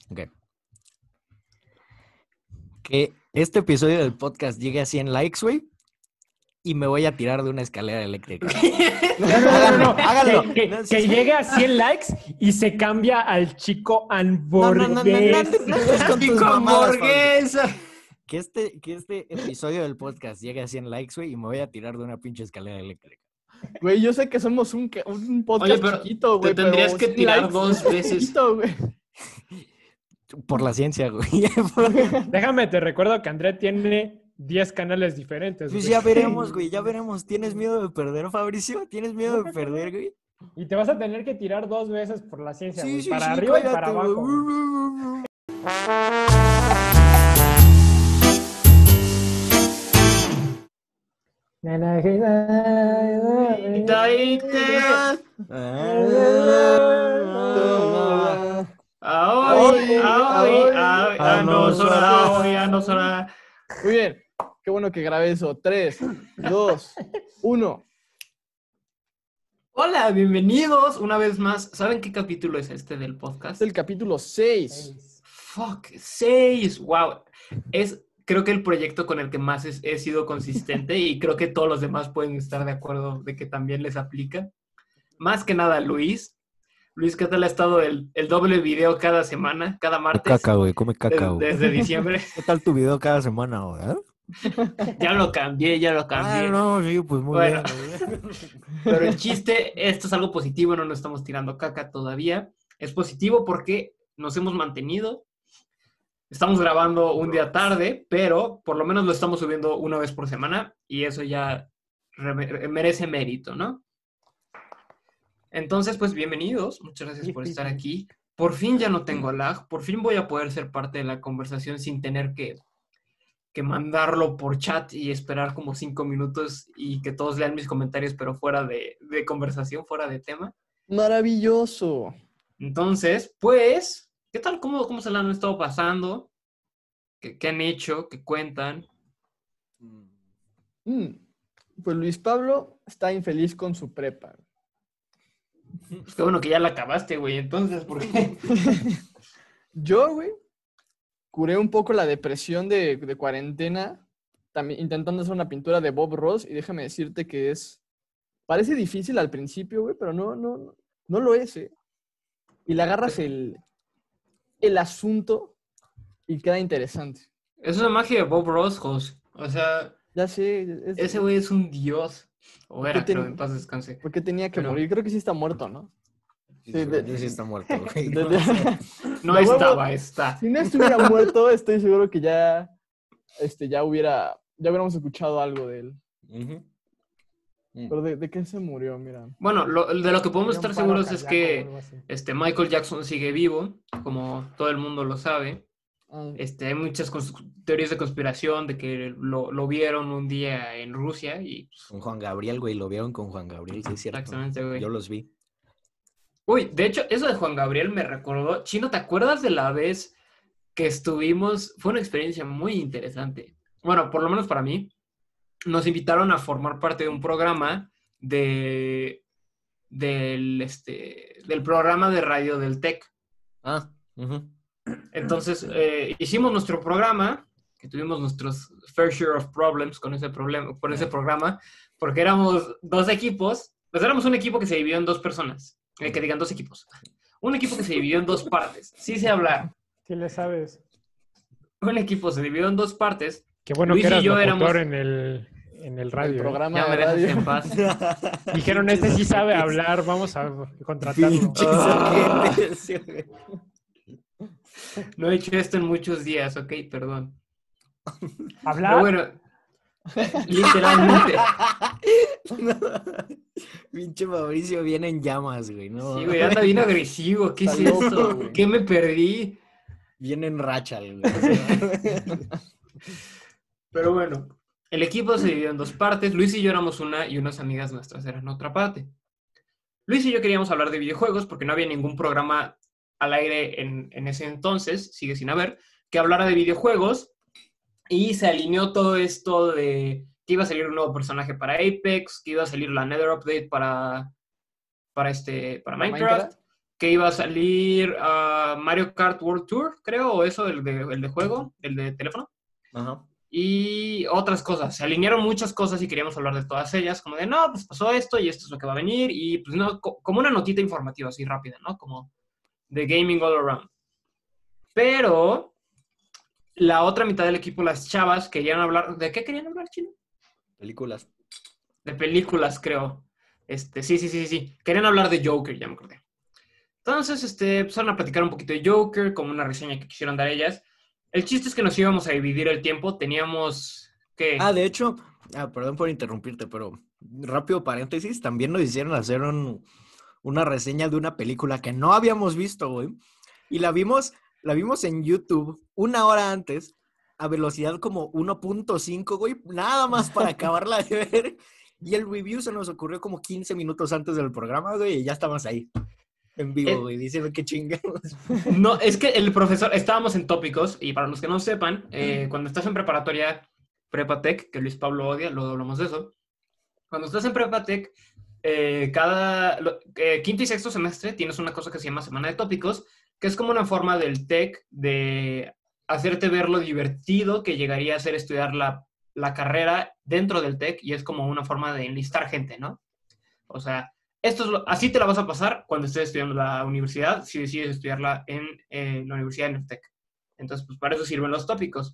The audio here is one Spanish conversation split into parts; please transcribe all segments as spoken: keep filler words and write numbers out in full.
Ok. Que este episodio del podcast llegue a cien likes, güey, y me voy a tirar de una escalera eléctrica. No, no, no, no, no. Háganlo. Que, que, No, sí, que sí. llegue a cien likes y se cambia al chico No, hamburguesa. no, no, no, no, andes- no andes con tus Chico mamadas, Pablo. hamburguesa. Que este, que este episodio del podcast llegue a cien likes, güey, y me voy a tirar de una pinche escalera eléctrica. Güey, yo sé que somos un, ca- un podcast Oye, pero chiquito, te güey. tendrías pero que cien tirar likes dos es veces. chiquito, güey. Por la ciencia, güey. Déjame, te recuerdo que André tiene diez canales diferentes. Pues güey. ya veremos, güey, ya veremos. ¿Tienes miedo de perder, Fabricio? ¿Tienes miedo de perder, güey? Y te vas a tener que tirar dos veces por la ciencia, güey. Sí, sí, para sí, arriba y cállate, para abajo. güey. güey. Aoi, aoi, aoi, ah, no, sola, aoi, ah, no, sola. Muy bien. Qué bueno que grabé eso. Tres, dos, uno. Hola, bienvenidos una vez más. ¿Saben qué capítulo es este del podcast? Es el capítulo seis. Fuck, seis, wow. Es, creo que el proyecto con el que más es- he sido consistente y creo que todos los demás pueden estar de acuerdo de que también les aplica. Más que nada, Luis. Luis, ¿qué tal ha estado el, el doble video cada semana, cada martes? Caca, güey, come caca, Des- güey. desde diciembre. ¿Qué tal tu video cada semana, güey? ¿Eh? Ya lo cambié, ya lo Ah, cambié. no, sí, pues muy Bueno. bien, güey. Pero el chiste, esto es algo positivo, no nos estamos tirando caca todavía. Es positivo porque nos hemos mantenido. Estamos grabando un día tarde, pero por lo menos lo estamos subiendo una vez por semana y eso ya re- merece mérito, ¿no? Entonces, pues bienvenidos. Muchas gracias por estar aquí. Por fin ya no tengo lag. Por fin voy a poder ser parte de la conversación sin tener que, que mandarlo por chat y esperar como cinco minutos y que todos lean mis comentarios, pero fuera de, de conversación, fuera de tema. Maravilloso. Entonces, pues, ¿qué tal? ¿Cómo, cómo se la han estado pasando? ¿Qué, qué han hecho? ¿Qué cuentan? Mm. Pues Luis Pablo está infeliz con su prepa. Pues qué bueno que ya la acabaste, güey. Entonces, ¿por qué? Yo, güey, curé un poco la depresión de, de cuarentena, también intentando hacer una pintura de Bob Ross, y déjame decirte que es... Parece difícil al principio, güey, pero no, no, no, no lo es, ¿eh? Y le agarras el, el asunto y queda interesante. Es una magia de Bob Ross, Jos. O sea, Ya sé, es- ese güey es un dios. O ¿Por era, qué ten- creo, en paz descanse. porque tenía que Pero- morir. Creo que sí está muerto, ¿no? Sí, Sí, según de- yo sí está muerto, güey. De- de- No De huevo. estaba, está. Si no estuviera muerto, estoy seguro que ya, este, ya hubiera, ya hubiéramos escuchado algo de él. Ujú. Mm. Pero de, ¿de qué se murió? Mira. Bueno, lo- de lo que podemos Tenía estar un paro seguros es cardíaco o que algo así. este, Michael Jackson sigue vivo, como todo el mundo lo sabe. Ah, Este, hay muchas cons- teorías de conspiración de que lo, lo vieron un día en Rusia y pues, Con Juan Gabriel, güey, lo vieron con Juan Gabriel, sí es cierto. exactamente, güey. Yo los vi. Uy, de hecho, eso de Juan Gabriel me recordó. Chino, ¿te acuerdas de la vez que estuvimos? Fue una experiencia muy interesante. Bueno, por lo menos para mí. Nos invitaron a formar parte de un programa de del, este, del programa de radio del TEC. Ah, ujú. Entonces, eh, hicimos nuestro programa, que tuvimos nuestros fair share of problems con ese, problema, con ese programa, porque éramos dos equipos, pues éramos un equipo que se dividió en dos personas, eh, que digan dos equipos. Un equipo que se dividió en dos partes, sí sé hablar. Sí le sabes. Un equipo se dividió en dos partes. Qué bueno Luis que y eras yo locutor éramos- en el, en el radio. el ¿eh? programa Ya me de dejas radio. en paz. Dijeron, este sí sabe hablar, vamos a contratarlo. Pinches Ah. ojetes, sí, güey. No he hecho esto en muchos días, ok, perdón. Pero ¿Hablar? bueno, literalmente. Pinche Mauricio viene en llamas, güey, ¿no? Sí, güey, anda bien agresivo. ¿Qué es Está loco, eso? güey. ¿Qué me perdí? Viene en racha, güey. Pero bueno, el equipo se dividió en dos partes. Luis y yo éramos una y unas amigas nuestras eran otra parte. Luis y yo queríamos hablar de videojuegos porque no había ningún programa al aire en, en ese entonces, sigue sin haber, que hablara de videojuegos. Y se alineó todo esto de que iba a salir un nuevo personaje para Apex, que iba a salir la Nether Update para, para, este, para ¿Para Minecraft. Minecraft? que iba a salir uh, Mario Kart World Tour, creo, o eso, el de, el de juego, el de teléfono. Ajá. Y otras cosas. Se alinearon muchas cosas y queríamos hablar de todas ellas, como de, no, pues pasó esto y esto es lo que va a venir, y pues no, co- como una notita informativa así rápida, ¿no? Como de gaming all around. Pero la otra mitad del equipo, las chavas, querían hablar, ¿de qué querían hablar, Chino? Películas. De películas, creo. Este, sí, sí, sí, sí. Querían hablar de Joker, ya me acordé. Entonces, este, empezaron a platicar un poquito de Joker, como una reseña que quisieron dar ellas. El chiste es que nos íbamos a dividir el tiempo. Teníamos, ¿qué? Ah, de hecho, ah, perdón por interrumpirte, pero rápido paréntesis, también nos hicieron hacer un, una reseña de una película que no habíamos visto, güey. Y la vimos, la vimos en YouTube una hora antes, a velocidad como uno punto cinco, güey, nada más para acabarla de ver. Y el review se nos ocurrió como quince minutos antes del programa, güey, y ya estábamos ahí, en vivo, Eh, güey, diciendo que chingamos. No, es que el profesor, estábamos en tópicos, y para los que no sepan, eh, cuando estás en preparatoria Prepatec, que Luis Pablo odia, luego hablamos de eso. Cuando estás en Prepatec, eh, cada lo- eh, quinto y sexto semestre tienes una cosa que se llama semana de tópicos, que es como una forma del TEC de hacerte ver lo divertido que llegaría a ser estudiar la, la carrera dentro del TEC, y es como una forma de enlistar gente, ¿no? O sea, esto es lo- así te la vas a pasar cuando estés estudiando la universidad, si decides estudiarla en eh, la universidad en el TEC. Entonces, pues para eso sirven los tópicos.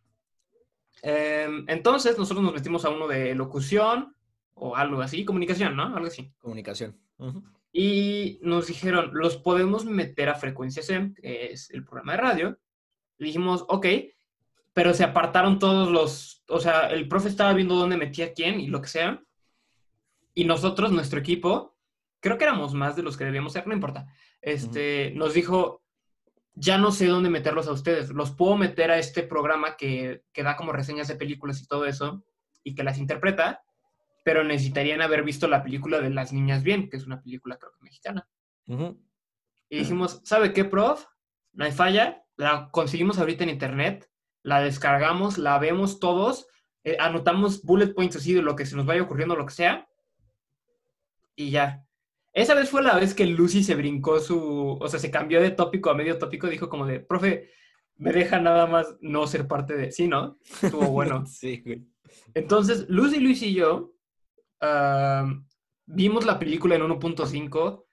Eh, entonces, nosotros nos metimos a uno de locución o algo así, comunicación, ¿no? Algo así. Comunicación. Ujú. Y nos dijeron, los podemos meter a Frecuencia S E M, que es el programa de radio. Le dijimos, ok, pero se apartaron todos los, o sea, el profe estaba viendo dónde metía quién y lo que sea. Y nosotros, nuestro equipo, creo que éramos más de los que debíamos ser, no importa, este, nos dijo, ya no sé dónde meterlos a ustedes, los puedo meter a este programa que, que da como reseñas de películas y todo eso, y que las interpreta, pero necesitarían haber visto la película de Las Niñas Bien, que es una película creo que mexicana. Ujú. Y dijimos, ¿sabe qué, prof? No hay falla, la conseguimos ahorita en internet, la descargamos, la vemos todos, eh, anotamos bullet points así de lo que se nos vaya ocurriendo, lo que sea, y ya. Esa vez fue la vez que Lucy se brincó su... O sea, se cambió de tópico a medio tópico. Dijo como de, profe, me deja nada más no ser parte de... Sí, ¿no? Estuvo bueno. Sí, güey. Entonces, Lucy, Luis y yo um, vimos la película en uno punto cinco.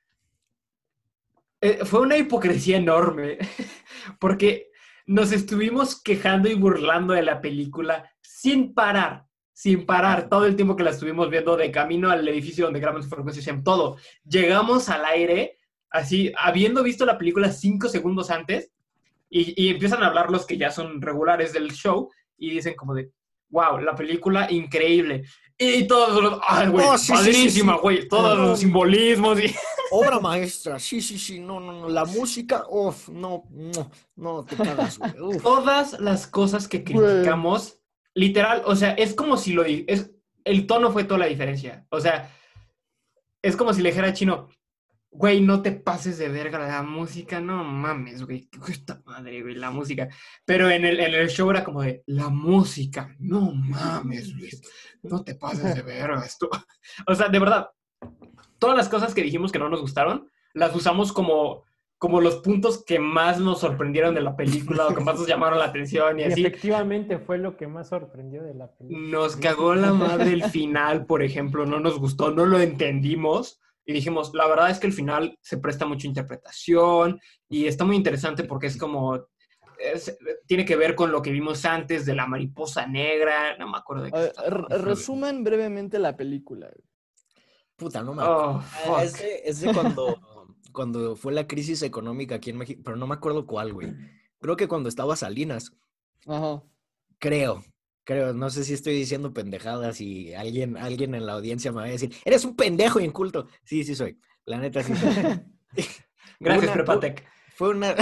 Eh, fue una hipocresía enorme. Porque nos estuvimos quejando y burlando de la película sin parar. Sin parar, todo el tiempo que la estuvimos viendo de camino al edificio donde grabamos Frecuencia S E M, todo. Llegamos al aire, así, habiendo visto la película cinco segundos antes, y, y empiezan a hablar los que ya son regulares del show, y dicen como de, wow, la película increíble. Y todos los, ay, güey, Oh, sí, sí, padrísima, sí, sí. güey, todos No. los simbolismos. Y... Obra maestra, sí, sí, sí, no, no, no, la música, uff, no, no, no, te cagas, güey, uf. Todas las cosas que criticamos, literal, o sea, es como si lo... Es, el tono fue toda la diferencia. O sea, es como si le dijera a Chino, güey, no te pases de verga la música, no mames, güey, esta madre, güey, la música. Pero en el, en el show era como de, la música, no mames, Luis, no te pases de verga esto. O sea, de verdad, todas las cosas que dijimos que no nos gustaron, las usamos como... como los puntos que más nos sorprendieron de la película o que más nos llamaron la atención y Y así. efectivamente fue lo que más sorprendió de la película. Nos cagó la madre el final, por ejemplo, no nos gustó, no lo entendimos y dijimos, la verdad es que el final se presta mucha interpretación y está muy interesante porque es como, es- tiene que ver con lo que vimos antes de la mariposa negra, no me acuerdo de qué. A ver, está. re- resumen brevemente la película. güey. Puta, no me acuerdo. Oh, Ah, fuck. es de, es de cuando, cuando fue la crisis económica aquí en México, pero no me acuerdo cuál, güey. Creo que cuando estaba Salinas, Ajá. creo, creo, no sé si estoy diciendo pendejadas y alguien, alguien en la audiencia me va a decir, eres un pendejo inculto. Sí, sí soy, la neta sí soy. Gracias, Una- Prepatec. Fue una,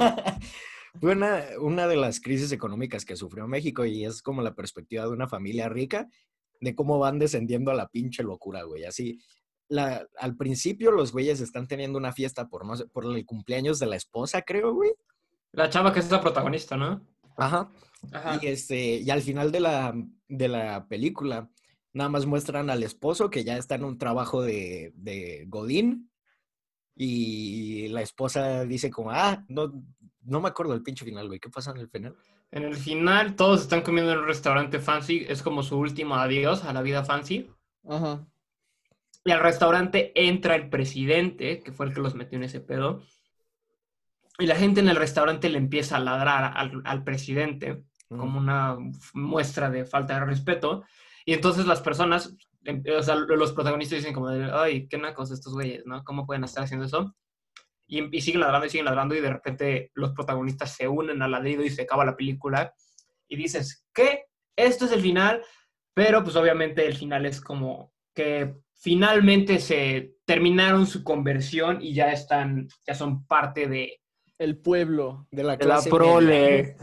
fue una, una de las crisis económicas que sufrió México y es como la perspectiva de una familia rica de cómo van descendiendo a la pinche locura, güey. Así, la, al principio los güeyes están teniendo una fiesta por, no sé, por el cumpleaños de la esposa, creo, güey. La chava que es la protagonista, ¿no? Ajá. Ajá. Y, este, y al final de la, de la película, nada más muestran al esposo que ya está en un trabajo de, de Godín. y la esposa dice como, ah, no, no me acuerdo del pinche final, güey. ¿Qué pasa en el final? En el final, todos están comiendo en un restaurante fancy. Es como su último adiós a la vida fancy. Ajá. Y al restaurante entra el presidente, que fue el que los metió en ese pedo. Y la gente en el restaurante le empieza a ladrar al, al presidente Mm. como una muestra de falta de respeto. Y entonces las personas, em, o sea, los protagonistas dicen como, de, ay, qué nacos estos güeyes, ¿no? ¿Cómo pueden estar haciendo eso? Y, y siguen ladrando y siguen ladrando y de repente los protagonistas se unen al ladrido y se acaba la película. Y dices, ¿qué? Esto es el final. Pero pues obviamente el final es como que finalmente se terminaron su conversión y ya están, ya son parte de, El pueblo. De la de la clase prole.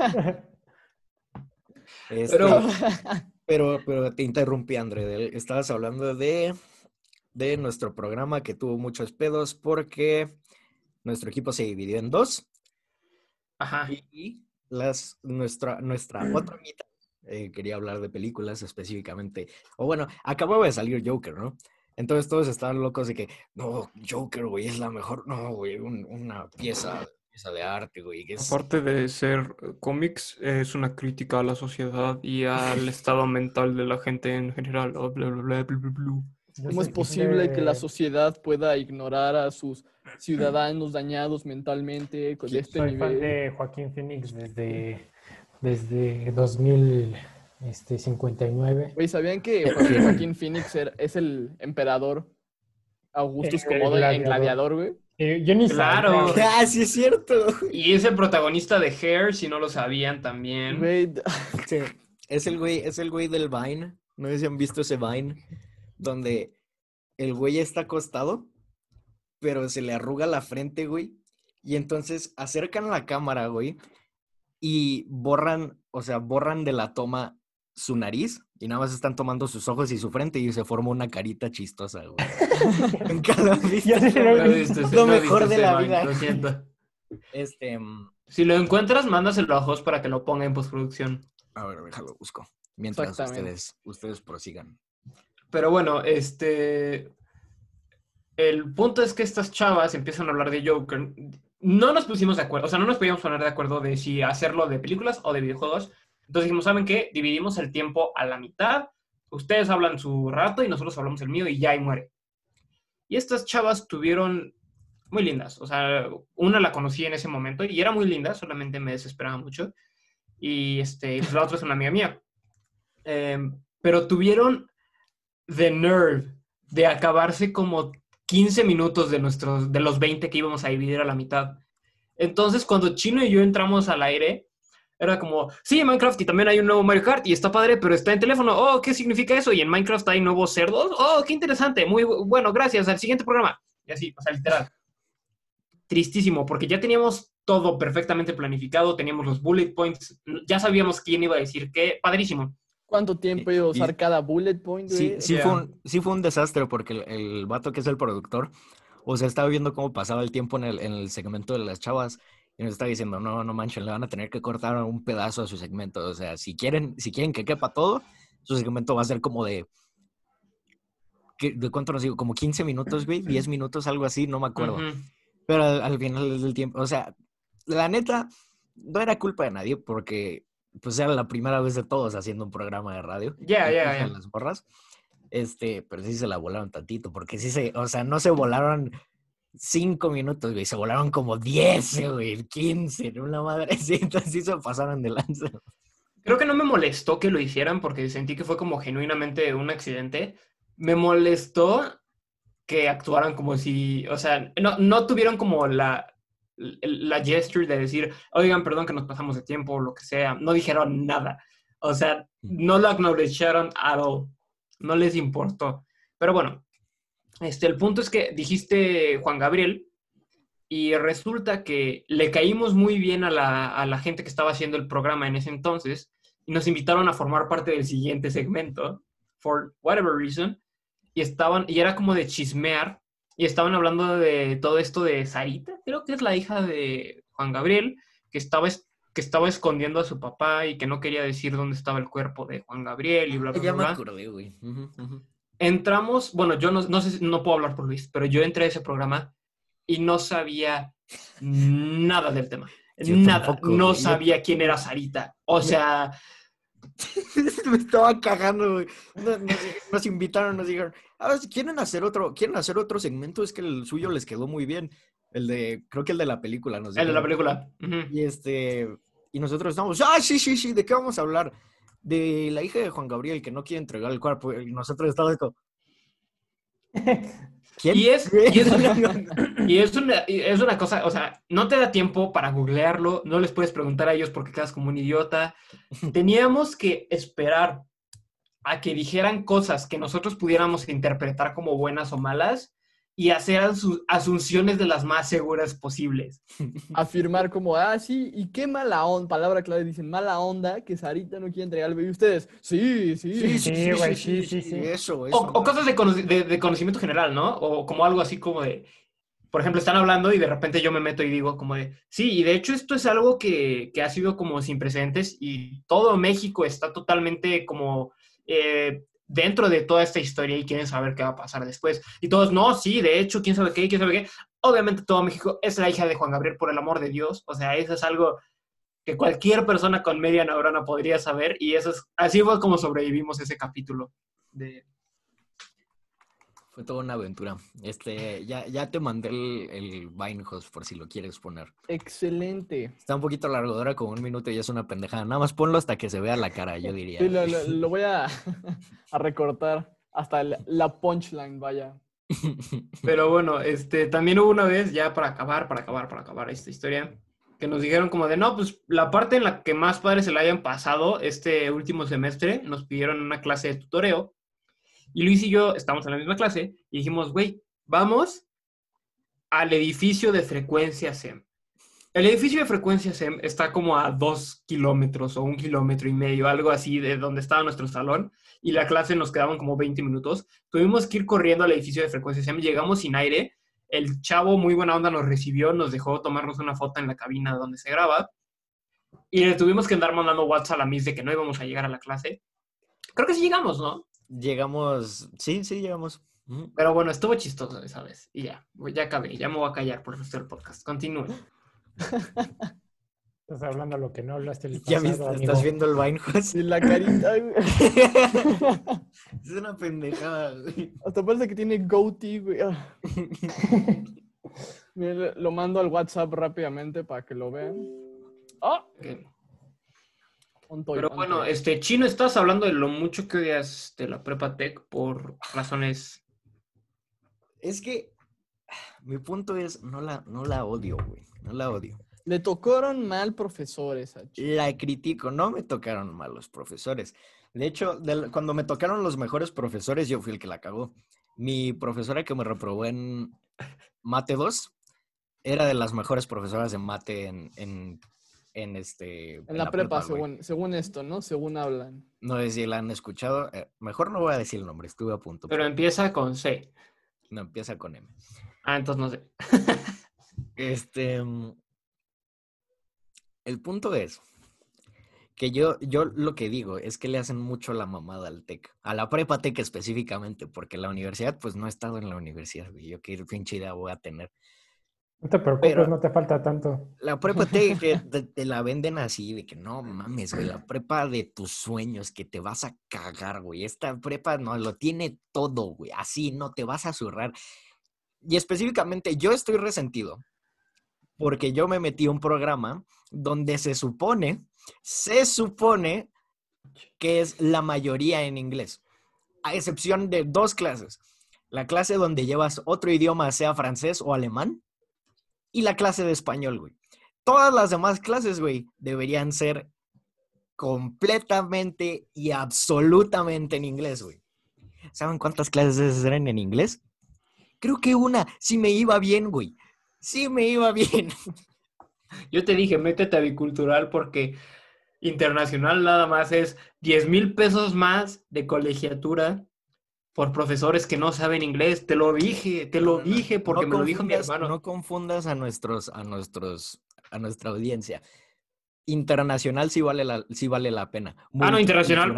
Este, Pero- pero, pero te interrumpí, André. de- Estabas hablando de, de nuestro programa que tuvo muchos pedos porque nuestro equipo se dividió en dos Ajá. y las, nuestra, nuestra otra mitad eh, quería hablar de películas específicamente. O bueno, acababa de salir Joker, ¿no? Entonces todos estaban locos de que, no, Joker, güey, es la mejor, no, güey, un- una pieza, pieza de arte, güey. Que es... Aparte de ser eh, cómics, es una crítica a la sociedad y al estado mental de la gente en general. Oh, bla, bla, bla, bla, bla, bla. Yo ¿Cómo es soy posible que la de- sociedad pueda ignorar a sus ciudadanos dañados mentalmente con Sí, este Soy fan nivel? de Joaquín Phoenix desde, desde dos mil cincuenta y nueve. Güey, ¿sabían que Jo- Joaquín Phoenix era- es el emperador Augustus El Comodo en gladiador. Gladiador, güey? Eh, yo ni Claro. sabía, güey. ¡Ah, sí es cierto! Y es el protagonista de Hair, si no lo sabían también. Güey, Sí, es el güey, es el güey del Vine. No sé si han visto ese Vine donde el güey está acostado, pero se le arruga la frente, güey. Y entonces acercan la cámara, güey, y borran, o sea, borran de la toma su nariz y nada más están tomando sus ojos y su frente y se forma una carita chistosa, güey. En cada vista. Ya sé, lo No vi. viste ese- Lo no mejor viste de ese la Vine, vida. Lo siento. Este, mm, Si lo encuentras, mándaselo a Jos para que lo ponga en postproducción. a ver, déjalo busco. Mientras Exactamente. ustedes, ustedes prosigan. Pero bueno, este... El punto es que estas chavas empiezan a hablar de Joker. No nos pusimos de acuerdo, o sea, no nos podíamos poner de acuerdo de si hacerlo de películas o de videojuegos. Entonces dijimos, ¿saben qué? Dividimos el tiempo a la mitad. Ustedes hablan su rato y nosotros hablamos el mío y ya ahí muere. Y estas chavas tuvieron muy lindas. O sea, una la conocí en ese momento y era muy linda, solamente me desesperaba mucho. Y este, pues la otra es una amiga mía. Eh, pero tuvieron the nerve de acabarse como quince minutos de, nuestros, de los veinte que íbamos a dividir a la mitad. Entonces, cuando Chino y yo entramos al aire, era como, sí, en Minecraft y también hay un nuevo Mario Kart y está padre, pero está en teléfono. Oh, ¿qué significa eso? Y en Minecraft hay nuevos cerdos. Oh, qué interesante. Muy bu- bueno, gracias. Al siguiente programa. Y así, o sea, literal. Tristísimo, porque ya teníamos todo perfectamente planificado, teníamos los bullet points, ya sabíamos quién iba a decir qué. Padrísimo. ¿cuánto tiempo iba a usar Y- cada bullet point, Sí, güey? sí, Yeah. fue un, sí fue un desastre porque el, el vato que es el productor, o sea, estaba viendo cómo pasaba el tiempo en el, en el segmento de las chavas y nos estaba diciendo, no, no manchen, le van a tener que cortar un pedazo a su segmento. O sea, si quieren, si quieren que quepa todo, su segmento va a ser como de, ¿qué- ¿de cuánto nos digo? Como quince minutos, güey, diez minutos, algo así, no me acuerdo. Ujú. Pero al, al final del tiempo, o sea, la neta, no era culpa de nadie porque pues era la primera vez de todos haciendo un programa de radio. Ya, ya, incluso ya. Las borras. Este, pero sí se la volaron tantito, porque sí se, o sea, no se volaron cinco minutos, güey, se volaron como diez, güey, quince, una madre así, entonces sí se pasaron de lanza. Creo que no me molestó que lo hicieran porque sentí que fue como genuinamente un accidente. Me molestó que actuaran como si, o sea, no, no tuvieron como la, la gesture de decir, oigan, perdón que nos pasamos de tiempo o lo que sea. No dijeron nada. O sea, no lo acknowledgearon at all. No les importó. Pero bueno, este, el punto es que dijiste Juan Gabriel y resulta que le caímos muy bien a la, a la gente que estaba haciendo el programa en ese entonces y nos invitaron a formar parte del siguiente segmento, for whatever reason, y estaban, y era como de chismear, y estaban hablando de todo esto de Sarita, creo que es la hija de Juan Gabriel, que estaba, es- que estaba escondiendo a su papá y que no quería decir dónde estaba el cuerpo de Juan Gabriel y bla, bla, Ya bla, me bla. acordé, güey. Ujú, ujú. Entramos, bueno, yo no, no sé, si- no puedo hablar por Luis, pero yo entré a ese programa y no sabía nada del tema. Yo Nada. tampoco, No güey. Yo- sabía quién era Sarita. O sea, Me estaba cagando, güey. Nos, nos- nos invitaron, nos dijeron, ah, si quieren hacer otro, quieren hacer otro segmento, es que el suyo les quedó muy bien. El de, creo que el de la película, nos el de la dijeron. película. Ujú. Y este, y nosotros estamos, ah, sí, sí, sí, ¿de qué vamos a hablar? De la hija de Juan Gabriel que no quiere entregar el cuerpo. Y nosotros estamos como, ¿quién? Y es, y es, y es una, y es una cosa, o sea, no te da tiempo para googlearlo, no les puedes preguntar a ellos porque quedas como un idiota. Teníamos que esperar a que dijeran cosas que nosotros pudiéramos interpretar como buenas o malas y hacer asu- asunciones de las más seguras posibles. Afirmar como, ah, sí, y qué mala onda, palabra clave, dicen, mala onda, que Sarita no quiere entregar el bebé. Y ustedes, sí, sí, Sí, sí, Sí, sí, güey, sí, sí, sí, sí. Eso, O, eso. o cosas de, cono- de- de conocimiento general, ¿no? O como algo así como de, por ejemplo, están hablando y de repente yo me meto y digo como de, sí, y de hecho esto es algo que, que ha sido como sin precedentes y todo México está totalmente como eh, dentro de toda esta historia y quieren saber qué va a pasar después. Y todos, no, sí, de hecho, quién sabe qué, quién sabe qué. Obviamente todo México es la hija de Juan Gabriel, por el amor de Dios. O sea, eso es algo que cualquier persona con media neurona podría saber y eso es, así fue como sobrevivimos ese capítulo de... Fue toda una aventura. Este, ya, ya te mandé el, el Vinehouse por si lo quieres poner. excelente. Está un poquito largo, dura como un minuto y es una pendejada. Nada más ponlo hasta que se vea la cara, yo diría. Sí, lo, lo- lo voy a, a recortar hasta el- la punchline, vaya. Pero bueno, este, también hubo una vez, ya para acabar, para acabar, para acabar esta historia, que nos dijeron como de, no, pues la parte en la que más padres se la hayan pasado este último semestre, nos pidieron una clase de tutoreo, y Luis y yo estamos en la misma clase, y dijimos, güey, vamos al edificio de frecuencia S E M. El edificio de frecuencia S E M está como a dos kilómetros o un kilómetro y medio, algo así, de donde estaba nuestro salón, y la clase nos quedaban como veinte minutos. Tuvimos que ir corriendo al edificio de frecuencia S E M, llegamos sin aire, el chavo muy buena onda nos recibió, nos dejó tomarnos una foto en la cabina donde se graba, y le tuvimos que andar mandando WhatsApp a la Miss de que no íbamos a llegar a la clase. Creo que sí llegamos, ¿no? Llegamos, sí, sí, llegamos. Ujú. Pero bueno, estuvo chistoso esa vez. Y ya, ya acabé, ya me voy a callar por el resto del podcast. Continúe. Estás hablando lo que no hablaste el Ya pasado, viste, amigo. estás viendo el Vinehouse. Y la carita, güey. Es una pendejada, güey. Hasta parece que tiene goatee, güey. Ah. Mira, le- lo mando al WhatsApp rápidamente para que lo vean. ¡Ah! Ok. Ontoy, Pero ontoy. bueno, este, Chino, estás hablando de lo mucho que odias de la Prepa Tech por razones... Es que mi punto es, no la, no la odio, güey. No la odio. Le tocaron mal profesores a Chi. La critico, no me tocaron mal los profesores. De hecho, del- cuando me tocaron los mejores profesores, yo fui el que la cagó. Mi profesora que me reprobó en Mate dos era de las mejores profesoras de mate en, en, en este... En la, prepa, güey. según, según esto, ¿no? Según hablan. No sé si la han escuchado. eh, mejor no voy a decir el nombre, estuve a punto. Pero empieza con C. No, empieza con M. Ah, entonces no sé. Este... mm, El punto es que yo, yo lo que digo es que le hacen mucho la mamada al TEC, a la prepa TEC específicamente, porque la universidad, pues no he estado en la universidad, güey. Yo qué pinche idea voy a tener. No te preocupes, Pero- no te falta tanto. La prepa TEC que te, te la venden así, de que no mames, güey, la prepa de tus sueños, que te vas a cagar, güey. Esta prepa no, lo tiene todo, güey, así, no te vas a zurrar. Y específicamente yo estoy resentido porque yo me metí a un programa donde se supone, se supone que es la mayoría en inglés, a excepción de dos clases. La clase donde llevas otro idioma, sea francés o alemán, y la clase de español, güey. Todas las demás clases, güey, deberían ser completamente y absolutamente en inglés, güey. ¿Saben cuántas clases de esas eran en inglés? Creo que una, sí me iba bien, güey. Sí me iba bien. Yo te dije, métete a bicultural porque internacional nada más es diez mil pesos más de colegiatura por profesores que no saben inglés. Te lo dije, te lo No, no, no. dije porque No me lo dijo mi confundas- hermano. No confundas a nuestros, a nuestros, a nuestra audiencia. Internacional sí vale la, sí vale la pena. Ah, no, internacional. Multicultural,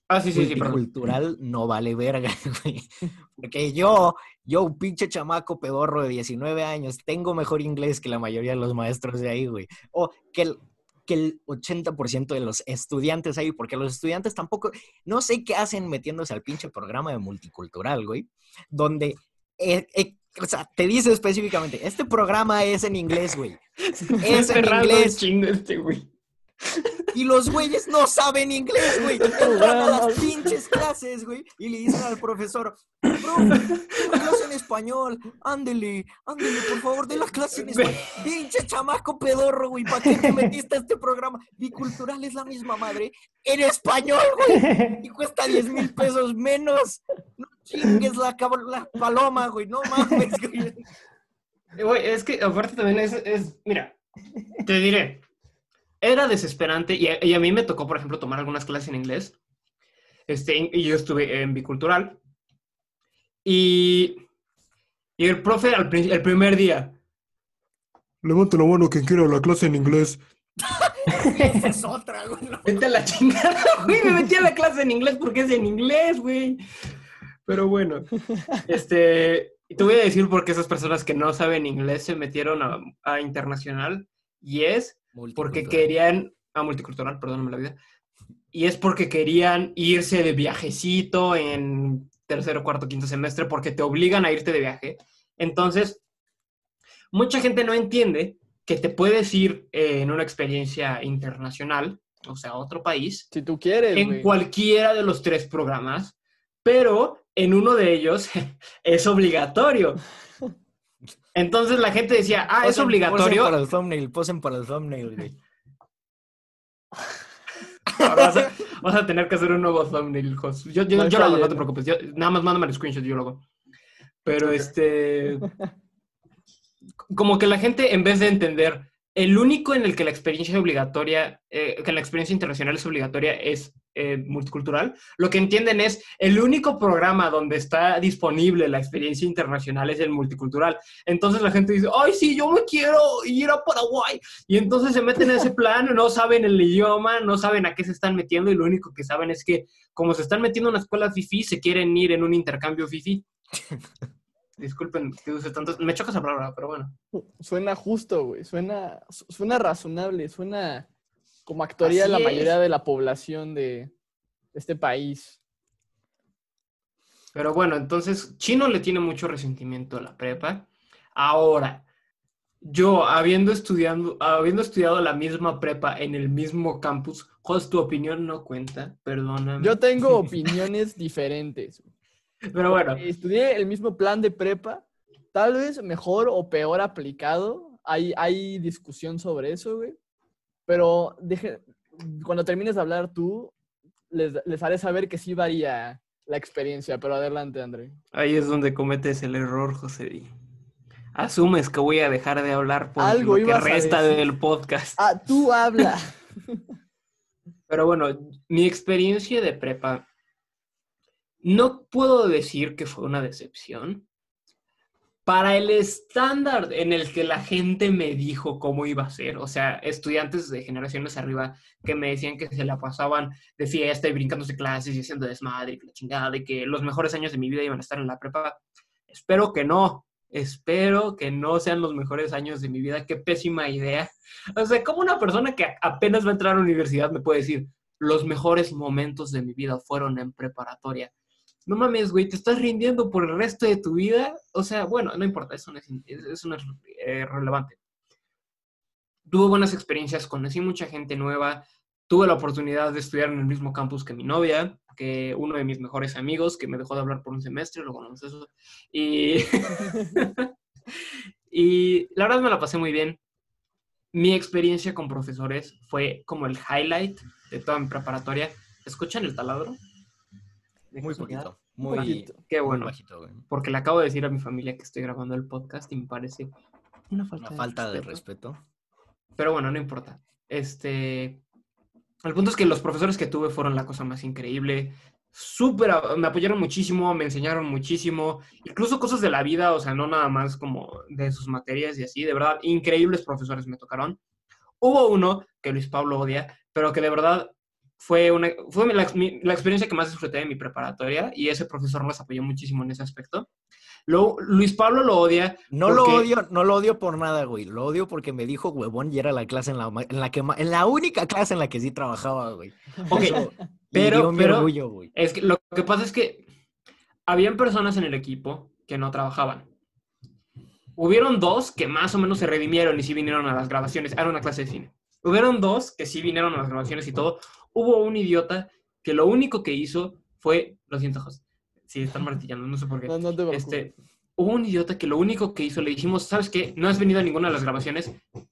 Ah, sí, sí, sí, perdón. multicultural no vale verga, güey. Porque yo, yo, un pinche chamaco pedorro de diecinueve años, tengo mejor inglés que la mayoría de los maestros de ahí, güey. O que el, que el ochenta por ciento de los estudiantes ahí, porque los estudiantes tampoco, no sé qué hacen metiéndose al pinche programa de multicultural, güey, donde, eh, eh, o sea, te dice específicamente, este programa es en inglés, güey. Es en inglés. Chingo este, güey. Y los güeyes no saben inglés, güey. Entran a las pinches clases, güey. Y le dicen al profesor, profe, clase en español. Ándele, ándele, por favor, de la clase en español. Pinche chamaco pedorro, güey. ¿Para qué te metiste a este programa? Bicultural es la misma madre en español, güey. Y cuesta diez mil pesos menos. No chingues la, cab- la paloma, güey. No mames, güey. Güey, es que aparte también es, es, mira, te diré, era desesperante y a, y a mí me tocó, por ejemplo, tomar algunas clases en inglés, este, y yo estuve en bicultural, y, y el profe al prin- el primer día, Levante la mano quien quiera la clase en inglés. Esa es otra, güey. No. vete a la chingada, güey, me metí a la clase en inglés porque es en inglés, güey. Pero bueno, este, y te voy a decir por qué esas personas que no saben inglés se metieron a, a internacional, y es porque querían, a multicultural, perdóname la vida, y es porque querían irse de viajecito en tercero, cuarto, quinto semestre, porque te obligan a irte de viaje. Entonces, mucha gente no entiende que te puedes ir eh, en una experiencia internacional, o sea, a otro país, Si tú quieres, en güey. cualquiera de los tres programas, pero en uno de ellos es obligatorio. Entonces la gente decía, ah, es Posen- obligatorio. Posen para el thumbnail, posen para el thumbnail, güey. Ahora vas a, vas a tener que hacer un nuevo thumbnail, Jos. Yo, yo, No yo lo hago, está no te lleno. preocupes. Yo- nada más mándame el screenshot, yo lo hago. Pero Ok. este... Como que la gente, en vez de entender, el único en el que la experiencia obligatoria, eh, que la experiencia internacional es obligatoria es eh, multicultural, lo que entienden es el único programa donde está disponible la experiencia internacional es el multicultural. Entonces la gente dice, ay, sí, yo me quiero ir a Paraguay. Y entonces se meten en ese plan, no saben el idioma, no saben a qué se están metiendo y lo único que saben es que como se están metiendo en una escuela fifí, se quieren ir en un intercambio fifí. Disculpen que use tanto, me choca esa palabra, pero bueno. Suena justo, güey. Suena, su- suena razonable. Suena como actuaría Así la es. mayoría de la población de este país. Pero bueno, entonces Chino le tiene mucho resentimiento a la prepa. Ahora, yo habiendo estudiado, habiendo estudiado la misma prepa en el mismo campus, Jos, tu opinión no cuenta, perdóname. Yo tengo opiniones diferentes. Pero bueno, Estudié el mismo plan de prepa, tal vez mejor o peor aplicado. Hay, hay discusión sobre eso, güey. Pero deje, cuando termines de hablar tú, les, les haré saber que sí varía la experiencia. Pero adelante, André. ahí es donde cometes el error, José. Asumes que voy a dejar de hablar por Algo lo que ibas a resta decir. del podcast. Ah, tú habla. Pero bueno, mi experiencia de prepa, no puedo decir que fue una decepción. Para el estándar en el que la gente me dijo cómo iba a ser, o sea, estudiantes de generaciones arriba que me decían que se la pasaban de fiesta y brincándose clases y haciendo desmadre y la chingada, y que los mejores años de mi vida iban a estar en la prepa. Espero que no. Espero que no sean los mejores años de mi vida. Qué pésima idea. O sea, como una persona que apenas va a entrar a la universidad me puede decir, los mejores momentos de mi vida fueron en preparatoria. No mames, güey, ¿te estás rindiendo por el resto de tu vida? O sea, bueno, no importa, eso no es, eso no es eh, relevante. Tuve buenas experiencias, conocí mucha gente nueva, tuve la oportunidad de estudiar en el mismo campus que mi novia, que uno de mis mejores amigos, que me dejó de hablar por un semestre, luego no sé eso. Y... y la verdad me la pasé muy bien. Mi experiencia con profesores fue como el highlight de toda mi preparatoria. ¿Escuchan el taladro? Muy poquito. Un Muy, poquito. Qué muy bueno, bajito, güey. porque le acabo de decir a mi familia que estoy grabando el podcast y me parece una falta, Una falta de respeto. respeto. Pero bueno, no importa. Este, el punto es que los profesores que tuve fueron la cosa más increíble. Súper, me apoyaron muchísimo, me enseñaron muchísimo, incluso cosas de la vida, o sea, no nada más como de sus materias y así, de verdad, increíbles profesores me tocaron. Hubo uno que Luis Pablo odia, pero que de verdad fue, una, fue la, mi, la experiencia que más disfruté de mi preparatoria y ese profesor nos apoyó muchísimo en ese aspecto. Lo, Luis Pablo lo odia. No porque... lo odio, no lo odio por nada, güey. Lo odio porque me dijo huevón y era la clase en la, en la que en la única clase en la que sí trabajaba, güey. Ok, Eso pero, hirió mi pero orgullo, güey. es que lo que pasa es que habían personas en el equipo que no trabajaban. Hubieron dos que más o menos se redimieron y sí vinieron a las grabaciones. Era una clase de cine. Hubieron dos que sí vinieron a las grabaciones y todo. Hubo un idiota que lo único que hizo fue... Lo siento, José. Sí, están martillando, no sé por qué. No, no te preocupes. Este, hubo un idiota que lo único que hizo, le dijimos, ¿sabes qué? No has venido a ninguna de las grabaciones.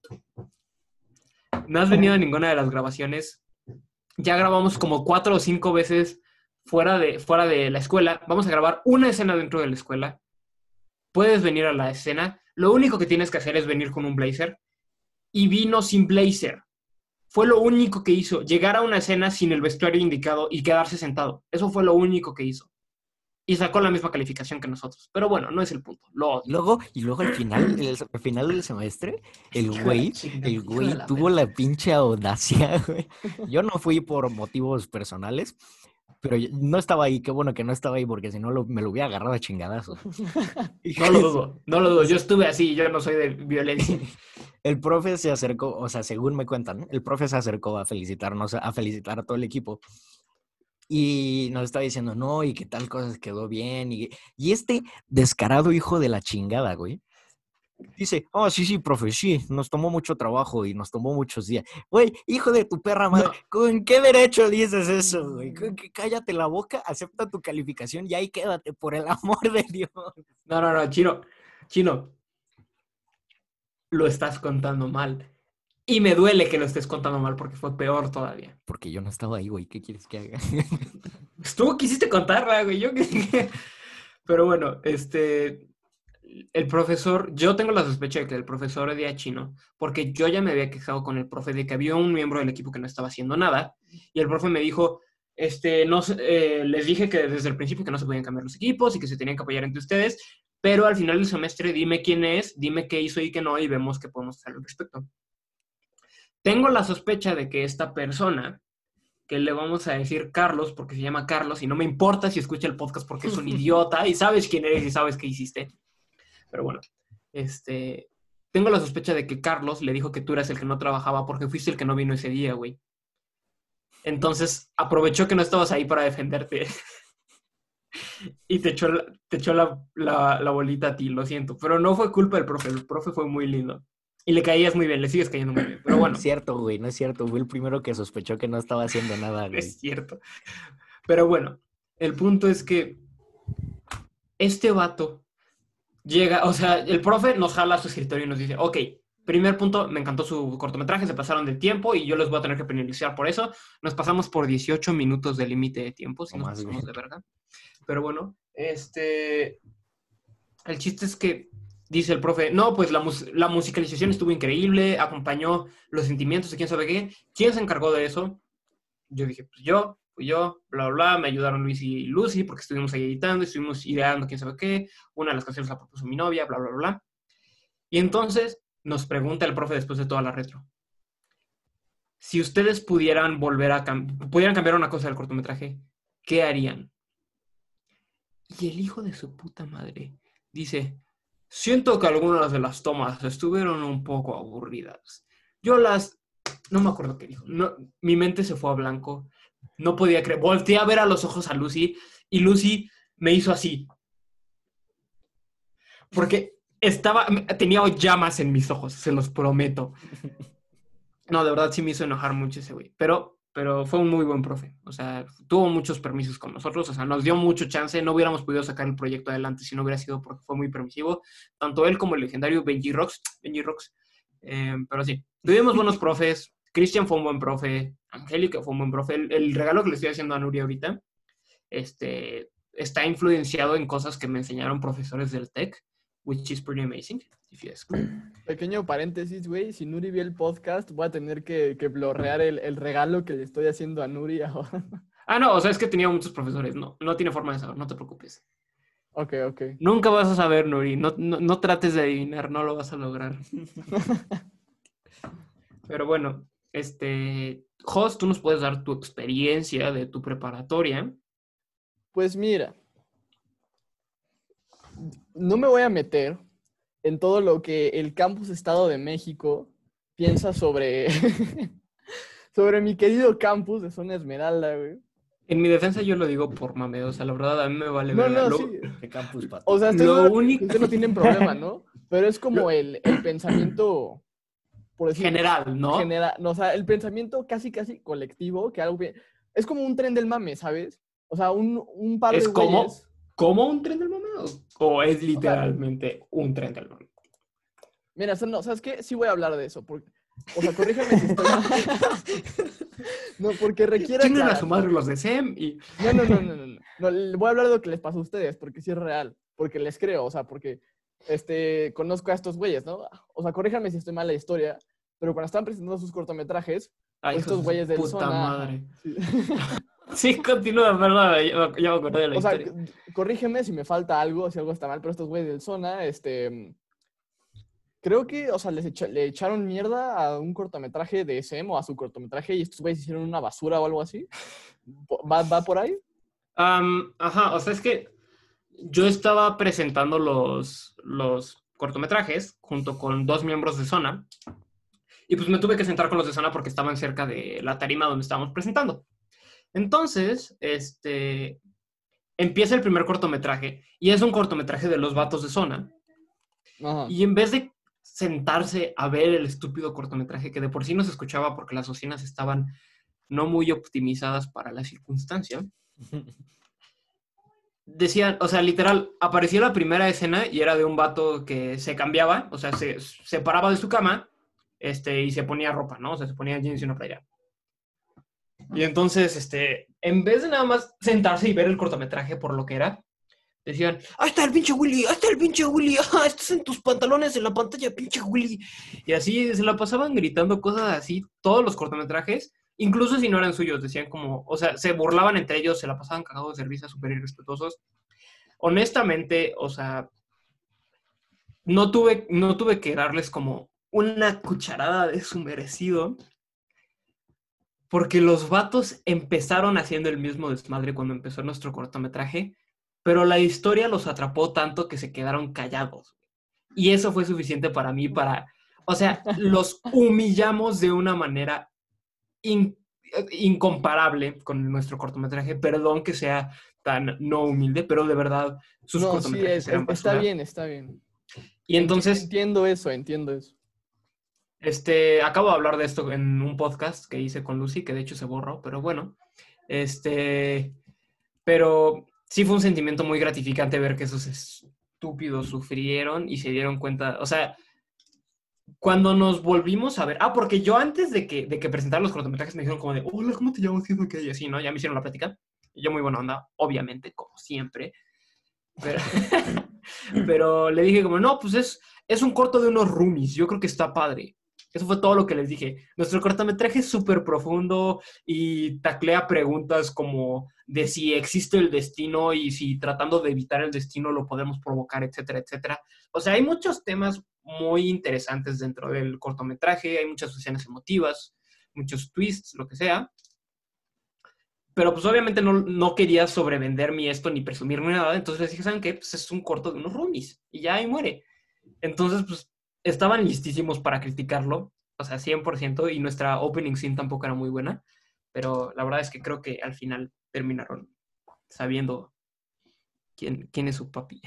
No has venido a ninguna de las grabaciones. Ya grabamos como cuatro o cinco veces fuera de, fuera de la escuela. Vamos a grabar una escena dentro de la escuela. Puedes venir a la escena. Lo único que tienes que hacer es venir con un blazer. Y vino sin blazer. Fue lo único que hizo. Llegar a una escena sin el vestuario indicado y quedarse sentado. Eso fue lo único que hizo. Y sacó la misma calificación que nosotros. Pero bueno, no es el punto. Lo odio. Y luego, y luego al final, el, al final del semestre, el güey, el güey tuvo la pinche audacia, güey. Yo no fui por motivos personales, pero yo no estaba ahí. Qué bueno que no estaba ahí, porque si no lo, me lo hubiera agarrado a chingadazos. No lo dudo, no lo dudo. Yo estuve así, yo no soy de violencia. El profe se acercó, o sea, según me cuentan, el profe se acercó a felicitarnos, a felicitar a todo el equipo. Y nos estaba diciendo, no, y que tal cosa quedó bien. Y, y este descarado hijo de la chingada, güey, dice, oh, sí, sí, profe, sí, nos tomó mucho trabajo y nos tomó muchos días. Güey, hijo de tu perra madre, no. ¿Con qué derecho dices eso, güey? Cállate la boca, acepta tu calificación y ahí quédate, por el amor de Dios. No, no, no, Chino, Chino, lo estás contando mal. Y me duele que lo estés contando mal porque fue peor todavía. Porque yo no estaba ahí, güey, ¿qué quieres que haga? Tú quisiste contarla, güey, yo que... Pero bueno, este... El profesor, yo tengo la sospecha de que el profesor odia a Chino, porque yo ya me había quejado con el profe de que había un miembro del equipo que no estaba haciendo nada, y el profe me dijo, este, no, eh, les dije que desde el principio que no se podían cambiar los equipos y que se tenían que apoyar entre ustedes, pero al final del semestre dime quién es, dime qué hizo y qué no, y vemos qué podemos hacer al respecto. Tengo la sospecha de que esta persona, que le vamos a decir Carlos, porque se llama Carlos, y no me importa si escucha el podcast porque es un idiota, y sabes quién eres y sabes qué hiciste. Pero bueno, este, tengo la sospecha de que Carlos le dijo que tú eras el que no trabajaba porque fuiste el que no vino ese día, güey. Entonces, aprovechó que no estabas ahí para defenderte. Y te echó, la, te echó la, la, la bolita a ti, lo siento. Pero no fue culpa del profe, el profe fue muy lindo. Y le caías muy bien, le sigues cayendo muy bien. Pero bueno. No es cierto, güey, no es cierto. Fue el primero que sospechó que no estaba haciendo nada, güey. Es cierto. Pero bueno, el punto es que este vato llega, o sea, el profe nos jala a su escritorio y nos dice, ok, primer punto, me encantó su cortometraje, se pasaron del tiempo y yo les voy a tener que penalizar por eso. Nos pasamos por dieciocho minutos de límite de tiempo, si no nos más, pasamos de verga. Pero bueno, este... El chiste es que dice el profe, no, pues la, mus la musicalización estuvo increíble, acompañó los sentimientos de quién sabe qué. ¿Quién se encargó de eso? Yo dije, pues yo, fui yo, bla, bla, bla. Me ayudaron Luis y Lucy porque estuvimos ahí editando, estuvimos ideando quién sabe qué. Una de las canciones la propuso mi novia, bla, bla, bla, bla. Y entonces nos pregunta el profe después de toda la retro. Si ustedes pudieran volver a cam pudieran cambiar una cosa del cortometraje, ¿qué harían? Y el hijo de su puta madre dice, siento que algunas de las tomas estuvieron un poco aburridas. Yo las... No me acuerdo qué dijo. No, mi mente se fue a blanco. No podía creer. Volteé a ver a los ojos a Lucy y Lucy me hizo así. Porque estaba... Tenía llamas en mis ojos, se los prometo. No, de verdad sí me hizo enojar mucho ese güey. Pero... Pero fue un muy buen profe. O sea, tuvo muchos permisos con nosotros. O sea, nos dio mucho chance. No hubiéramos podido sacar el proyecto adelante si no hubiera sido porque fue muy permisivo. Tanto él como el legendario Benji Rocks. Benji Rocks. Eh, pero sí, tuvimos buenos profes. Cristian fue un buen profe. Angélica fue un buen profe. El, el regalo que le estoy haciendo a Nuri ahorita este, está influenciado en cosas que me enseñaron profesores del T E C, which is pretty amazing. If you ask me. Pequeño paréntesis, güey. Si Nuri vio el podcast, voy a tener que, que blurrear el, el regalo que le estoy haciendo a Nuri ahora. Ah, no, o sea, es que tenía muchos profesores. No, no tiene forma de saber, no te preocupes. Ok, ok. Nunca vas a saber, Nuri. No, no, no trates de adivinar, no lo vas a lograr. Pero bueno, este... Jos, tú nos puedes dar tu experiencia de tu preparatoria. Pues mira, no me voy a meter en todo lo que el Campus Estado de México piensa sobre, sobre mi querido campus de Zona Esmeralda, güey. En mi defensa yo lo digo por mame, o sea, la verdad a mí me vale No, verga. no, Lo- sí. ¿Qué campus, pato? O sea, estoy Lo seguro que único- ustedes no tienen problema, ¿no? Pero es como el, el pensamiento, por decir, general, ¿no? genera- no, o sea, el pensamiento casi, casi colectivo, que algo bien- es como un tren del mame, ¿sabes? O sea, un, un par Es de como, güeyes. como un tren del mame o, o es literalmente un tren del mame. Mira, eso no, ¿sabes qué? Sí voy a hablar de eso. Porque, o sea, corrígeme si estoy mal. No, porque requiere Chingan a su aclaración. madre los de S E M y No, no, no, no, no, no. No, le voy a hablar de lo que les pasó a ustedes, porque sí es real. Porque les creo, o sea, porque este, conozco a estos güeyes, ¿no? O sea, corríjanme si estoy mal en la historia, pero cuando estaban presentando sus cortometrajes, ay, pues hijos estos de su güeyes del puta Zona... ajá, madre. sí. Sí, continúa, perdón, ya, me- ya me acordé de la O sea, historia. c- corrígeme si me falta algo, si algo está mal, pero estos güeyes del Zona, este... Creo que, o sea, les echa- le echaron mierda a un cortometraje de S M o a su cortometraje y estos güeyes hicieron una basura o algo así. ¿Va, va por ahí? Am, ajá, o sea, es que yo estaba presentando los, los cortometrajes junto con dos miembros de Zona y pues me tuve que sentar con los de Zona porque estaban cerca de la tarima donde estábamos presentando. Entonces, este, empieza el primer cortometraje y es un cortometraje de los vatos de Zona Ajá. y en vez de sentarse a ver el estúpido cortometraje que de por sí no se escuchaba porque las bocinas estaban no muy optimizadas para la circunstancia, decían, o sea, literal, apareció la primera escena y era de un vato que se cambiaba, o sea, se se paraba de su cama este, y se ponía ropa, ¿no? O sea, se ponía jeans y una playera. Y entonces, este, en vez de nada más sentarse y ver el cortometraje por lo que era, decían, ¡ahí está el pinche Willy! ¡Ahí está el pinche Willy! ¡Ah, estás en tus pantalones en la pantalla, pinche Willy! Y así se la pasaban gritando cosas así, todos los cortometrajes, incluso si no eran suyos, decían como, o sea, se burlaban entre ellos, se la pasaban cagados de risa, súper irrespetuosos. Honestamente, o sea, no tuve, no tuve que darles como una cucharada de su merecido, porque los vatos empezaron haciendo el mismo desmadre cuando empezó nuestro cortometraje, pero la historia los atrapó tanto que se quedaron callados. Y eso fue suficiente para mí para... O sea, los humillamos de una manera in- incomparable con nuestro cortometraje. Perdón que sea tan no humilde, pero de verdad sus No, sí, cortometrajes es- eran es- está basura. bien, está bien. Y entonces, Entiendo eso, entiendo eso. este, acabo de hablar de esto en un podcast que hice con Lucy, que de hecho se borró, pero bueno. Este, pero sí fue un sentimiento muy gratificante ver que esos estúpidos sufrieron y se dieron cuenta, o sea, cuando nos volvimos a ver, ah, porque yo antes de que, de que presentaran los cortometrajes me dijeron como de, hola, ¿cómo te llamas? Siendo que y así, ¿no? Ya me hicieron la plática. Y yo muy buena onda, obviamente, como siempre. Pero, pero le dije como, no, pues es, es un corto de unos roomies, yo creo que está padre. Eso fue todo lo que les dije. Nuestro cortometraje es súper profundo y taclea preguntas como de si existe el destino y si tratando de evitar el destino lo podemos provocar, etcétera, etcétera. O sea, hay muchos temas muy interesantes dentro del cortometraje, hay muchas escenas emotivas, muchos twists, lo que sea. Pero pues obviamente no, no quería sobrevenderme esto ni presumirme nada, entonces les dije, ¿saben qué? Pues es un corto de unos roomies y ya ahí muere. Entonces, pues estaban listísimos para criticarlo, o sea, cien por ciento, y nuestra opening scene tampoco era muy buena, pero la verdad es que creo que al final terminaron sabiendo quién, quién es su papi.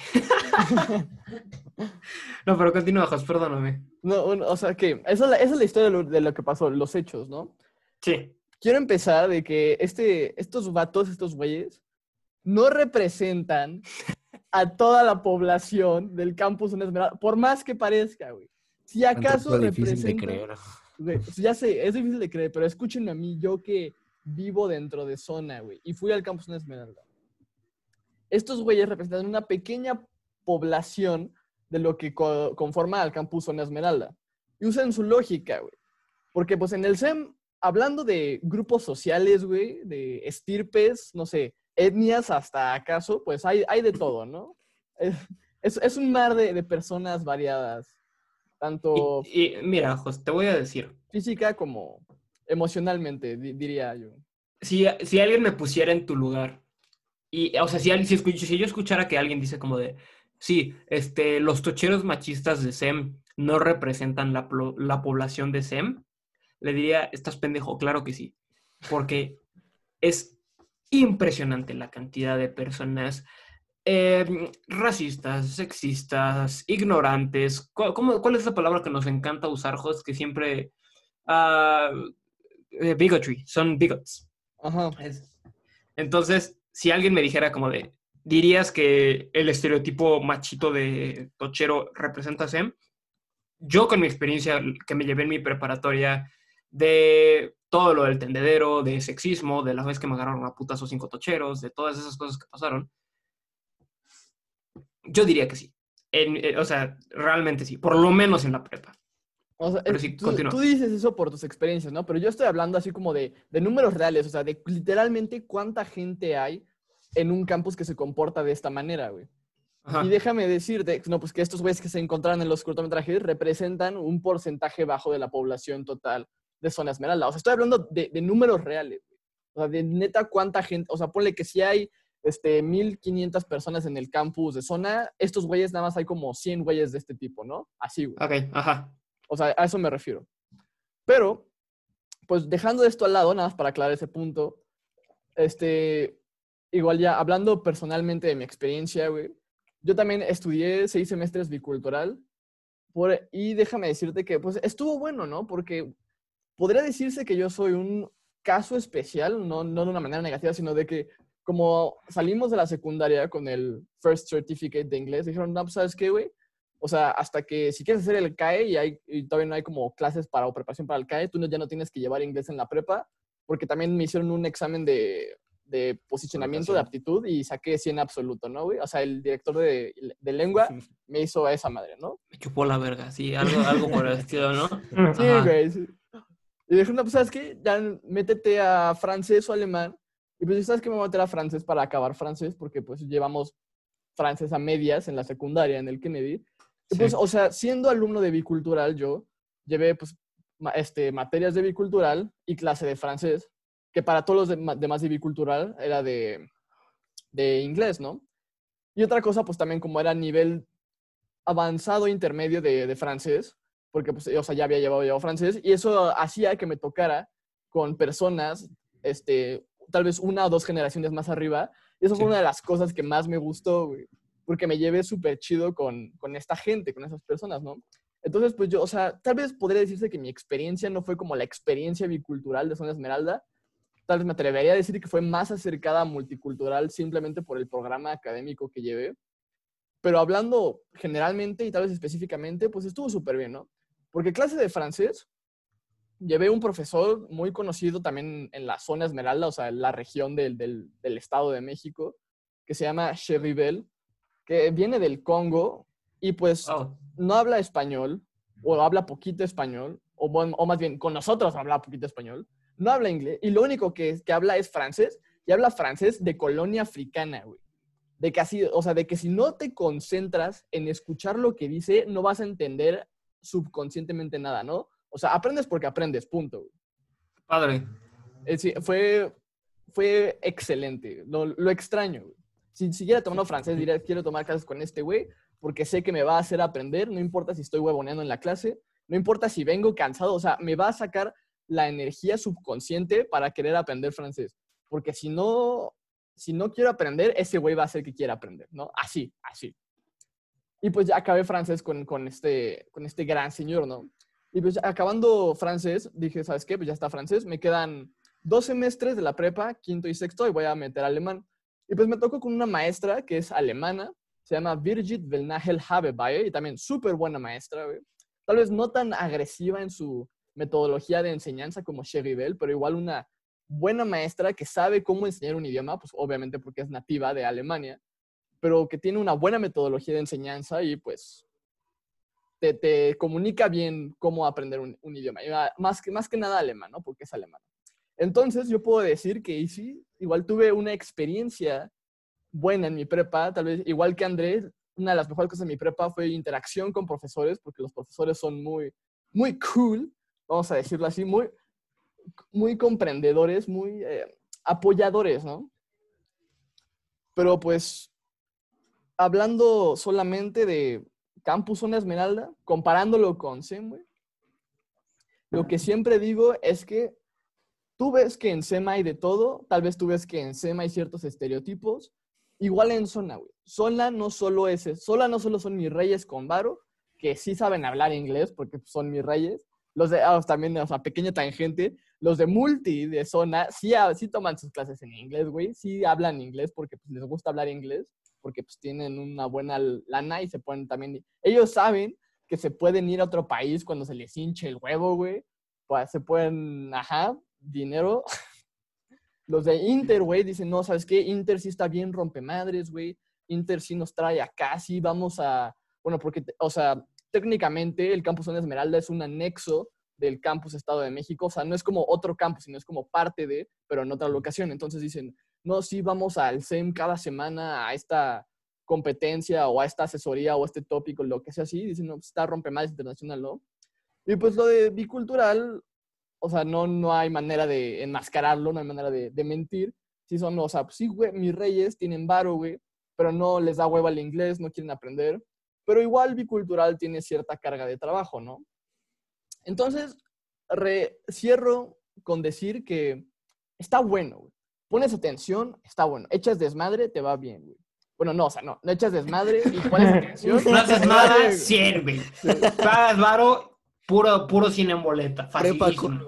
No, pero continúa, Jos, perdóname. No, bueno, o sea, que esa, es la- esa es la historia de lo, de lo que pasó, los hechos, ¿no? Sí. Quiero empezar de que este, estos vatos, estos güeyes, no representan a toda la población del campus Zona Esmeralda, por más que parezca, güey. Si acaso Es difícil de representan... creer. Güey, ya sé, es difícil de creer, pero escúchenme a mí, yo que vivo dentro de Zona, güey, y fui al campus Zona Esmeralda. Estos güeyes representan una pequeña población de lo que co- conforma al campus Zona Esmeralda. Y usan su lógica, güey. Porque pues en el S E M, hablando de grupos sociales, güey, de estirpes, no sé, etnias hasta acaso, pues hay, hay de todo, ¿no? Es, es, es un mar de, de personas variadas, tanto Y, y mira, Jos, te voy a decir. física como emocionalmente, di- diría yo. Si, si alguien me pusiera en tu lugar, y, o sea, si, alguien- si, escuch- si yo escuchara que alguien dice como de, sí, este, los tocheros machistas de S E M no representan la, plo- la población de S E M, le diría, estás pendejo, claro que sí, porque es impresionante la cantidad de personas eh, racistas, sexistas, ignorantes. ¿Cuál, cómo- cuál es la palabra que nos encanta usar, host? Que siempre... ah, eh, bigotry, son bigots. Ajá. Es- Entonces, si alguien me dijera como de, dirías que el estereotipo machito de tochero representa a S E M, yo con mi experiencia que me llevé en mi preparatoria de todo lo del tendedero, de sexismo, de la vez que me agarraron a putas o cinco tocheros, de todas esas cosas que pasaron, yo diría que sí. En- eh, o sea, realmente sí, por lo menos en la prepa. O sea, Pero eh, sí, tú, continúa. tú dices eso por tus experiencias, ¿no? Pero yo estoy hablando así como de, de números reales, o sea, de literalmente cuánta gente hay en un campus que se comporta de esta manera, güey. Ajá. Y déjame decirte, no, pues que estos güeyes que se encontraron en los cortometrajes representan un porcentaje bajo de la población total de Zona Esmeralda. O sea, estoy hablando de, de números reales, güey. O sea, de neta cuánta gente, o sea, ponle que si hay este, mil quinientas personas en el campus de Zona, estos güeyes nada más hay como cien güeyes de este tipo, ¿no? Así, güey. Ok, ajá. O sea, a eso me refiero. Pero, pues dejando esto al lado, nada más para aclarar ese punto, este, igual ya hablando personalmente de mi experiencia, güey, yo también estudié seis semestres bicultural por, y déjame decirte que, pues, estuvo bueno, ¿no? Porque podría decirse que yo soy un caso especial, no, no de una manera negativa, sino de que como salimos de la secundaria con el First Certificate de inglés, dijeron, no, pues, ¿sabes qué, güey? O sea, hasta que si quieres hacer el C A E y, hay, y todavía no hay como clases para o preparación para el C A E, tú no, ya no tienes que llevar inglés en la prepa, porque también me hicieron un examen de, de posicionamiento, de aptitud y saqué cien absoluto, ¿no, güey? O sea, el director de, de lengua me hizo a esa madre, ¿no? Me chupó la verga, sí, algo, algo por el estilo, ¿no? Sí, Ajá. güey. Sí. Y dije, no, pues, ¿sabes qué? Ya métete a francés o alemán. Y pues, ¿sabes qué? Me voy a meter a francés para acabar francés, porque pues llevamos francés a medias en la secundaria, en el Kennedy. Y pues, Sí. o sea, siendo alumno de bicultural, yo llevé, pues, ma- este, materias de bicultural y clase de francés, que para todos los de- demás de bicultural era de, de inglés, ¿no? Y otra cosa, pues, también como era nivel avanzado intermedio de, de francés, porque pues, o sea, ya había llevado, llevado francés, y eso hacía que me tocara con personas, este, tal vez una o dos generaciones más arriba, y eso Sí. fue una de las cosas que más me gustó, güey, porque me llevé súper chido con, con esta gente, con esas personas, ¿no? Entonces, pues yo, o sea, tal vez podría decirse que mi experiencia no fue como la experiencia bicultural de Zona Esmeralda, tal vez me atrevería a decir que fue más acercada a multicultural simplemente por el programa académico que llevé. Pero hablando generalmente y tal vez específicamente, pues estuvo súper bien, ¿no? Porque clase de francés, llevé un profesor muy conocido también en la zona Esmeralda, o sea, en la región del, del, del Estado de México, que se llama Cheribel, que viene del Congo y pues Oh, no habla español, o habla poquito español, o, bueno, o más bien con nosotros habla poquito español, no habla inglés, y lo único que, que habla es francés, y habla francés de colonia africana, güey. De que así, o sea, de que si no te concentras en escuchar lo que dice, no vas a entender subconscientemente nada, ¿no? O sea, aprendes porque aprendes, punto. Güey. padre. Eh, sí, fue, fue excelente, lo, lo extraño, güey. Si siguiera tomando francés, diría, quiero tomar clases con este güey, porque sé que me va a hacer aprender, no importa si estoy huevoneando en la clase, no importa si vengo cansado, o sea, me va a sacar la energía subconsciente para querer aprender francés. Porque si no, si no quiero aprender, ese güey va a hacer que quiera aprender, ¿no? Así, así. Y pues ya acabé francés con, con, este, con este gran señor, ¿no? Y pues acabando francés, dije, ¿sabes qué? Pues ya está francés, me quedan dos semestres de la prepa, quinto y sexto, y voy a meter alemán. Y pues me tocó con una maestra que es alemana, se llama Birgit Velnagel Habebaye, y también súper buena maestra, güey. Tal vez no tan agresiva en su metodología de enseñanza como Cheribel, pero igual una buena maestra que sabe cómo enseñar un idioma, pues obviamente porque es nativa de Alemania, pero que tiene una buena metodología de enseñanza y pues te, te comunica bien cómo aprender un, un idioma. Y más, que, más que nada alemán, ¿no? Porque es alemán. Entonces yo puedo decir que sí, igual tuve una experiencia buena en mi prepa, tal vez igual que Andrés, una de las mejores cosas de mi prepa fue interacción con profesores, porque los profesores son muy, muy cool, vamos a decirlo así, muy, muy comprendedores, muy eh, apoyadores, ¿no? Pero pues, hablando solamente de Campus Zona Esmeralda, comparándolo con S E M, güey, lo que siempre digo es que tú ves que en S E M hay de todo, tal vez tú ves que en S E M hay ciertos estereotipos, igual en Zona, güey. Zona no solo es, Zona no solo son mis reyes con varo, que sí saben hablar inglés porque son mis reyes, los de, ah, también, o sea, pequeña tangente, los de multi de Zona sí, sí toman sus clases en inglés, güey, sí hablan inglés porque pues, les gusta hablar inglés, porque pues tienen una buena lana y se pueden también, ellos saben que se pueden ir a otro país cuando se les hinche el huevo, güey, pues se pueden, ajá, dinero. Los de Inter, güey, dicen, no, ¿sabes qué? Inter sí está bien rompemadres, güey, Inter sí nos trae acá, sí vamos a, bueno, porque, o sea, técnicamente el campus Zona Esmeralda es un anexo del campus Estado de México, o sea, no es como otro campus, sino es como parte de, pero en otra locación. Entonces dicen, no, sí vamos al S E M cada semana a esta competencia o a esta asesoría o a este tópico, lo que sea así. Dicen, no, está rompemades internacional, ¿no? Y pues lo de bicultural, o sea, no, no hay manera de enmascararlo, no hay manera de, de mentir. Sí son, o sea, pues sí, güey, mis reyes tienen varo, güey, pero no les da hueva el inglés, no quieren aprender. Pero igual bicultural tiene cierta carga de trabajo, ¿no? Entonces, re, cierro con decir que está bueno, güey. Pones atención, está bueno. Echas desmadre, te va bien, güey. Bueno, no, o sea, no. No echas desmadre y pones atención. No haces nada, cien, güey. Pagas varo, puro, puro cine en boleta. Facilísimo.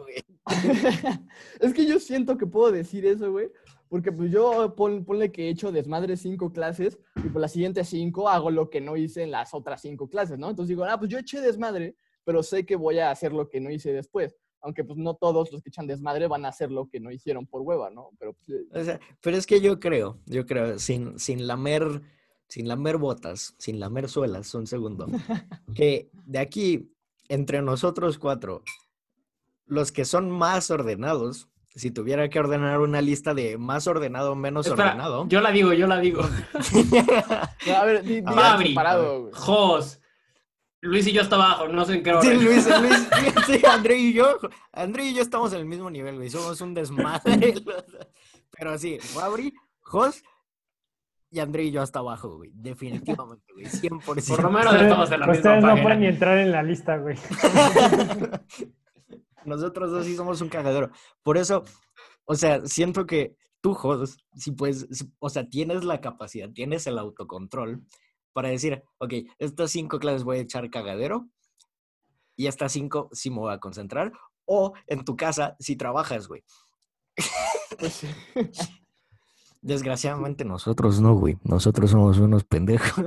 Es que yo siento que puedo decir eso, güey. Porque pues yo pon, ponle que he hecho desmadre cinco clases y por las siguientes cinco hago lo que no hice en las otras cinco clases, ¿no? Entonces digo, ah, pues yo eché desmadre, pero sé que voy a hacer lo que no hice después. Aunque pues no todos los que echan desmadre van a hacer lo que no hicieron por hueva, ¿no? Pero, pues, o sea, pero es que yo creo, yo creo, sin, sin lamer, sin lamer botas, sin lamer suelas, un segundo, que de aquí, entre nosotros cuatro, los que son más ordenados, si tuviera que ordenar una lista de más ordenado o menos Espera, ordenado. Yo la digo, yo la digo. No, a ver, di, di Fabri, separado, güey. Jos, Luis y yo está abajo, no sé en qué orden. Sí, Luis, Luis, sí, André y yo, André y yo estamos en el mismo nivel, güey, somos un desmadre. Pero sí, Fabri, Jos y André y yo hasta abajo, güey, definitivamente, güey, cien por ciento. Por lo menos estamos en la misma Ustedes no página. pueden ni entrar en la lista, güey. Nosotros dos sí somos un cagadero. Por eso, o sea, siento que tú, Jos, si puedes, si- o sea, tienes la capacidad, tienes el autocontrol para decir, ok, estas cinco clases voy a echar cagadero y estas cinco sí me voy a concentrar. O en tu casa, si trabajas, güey. Pues sí. Desgraciadamente nosotros no, güey. Nosotros somos unos pendejos.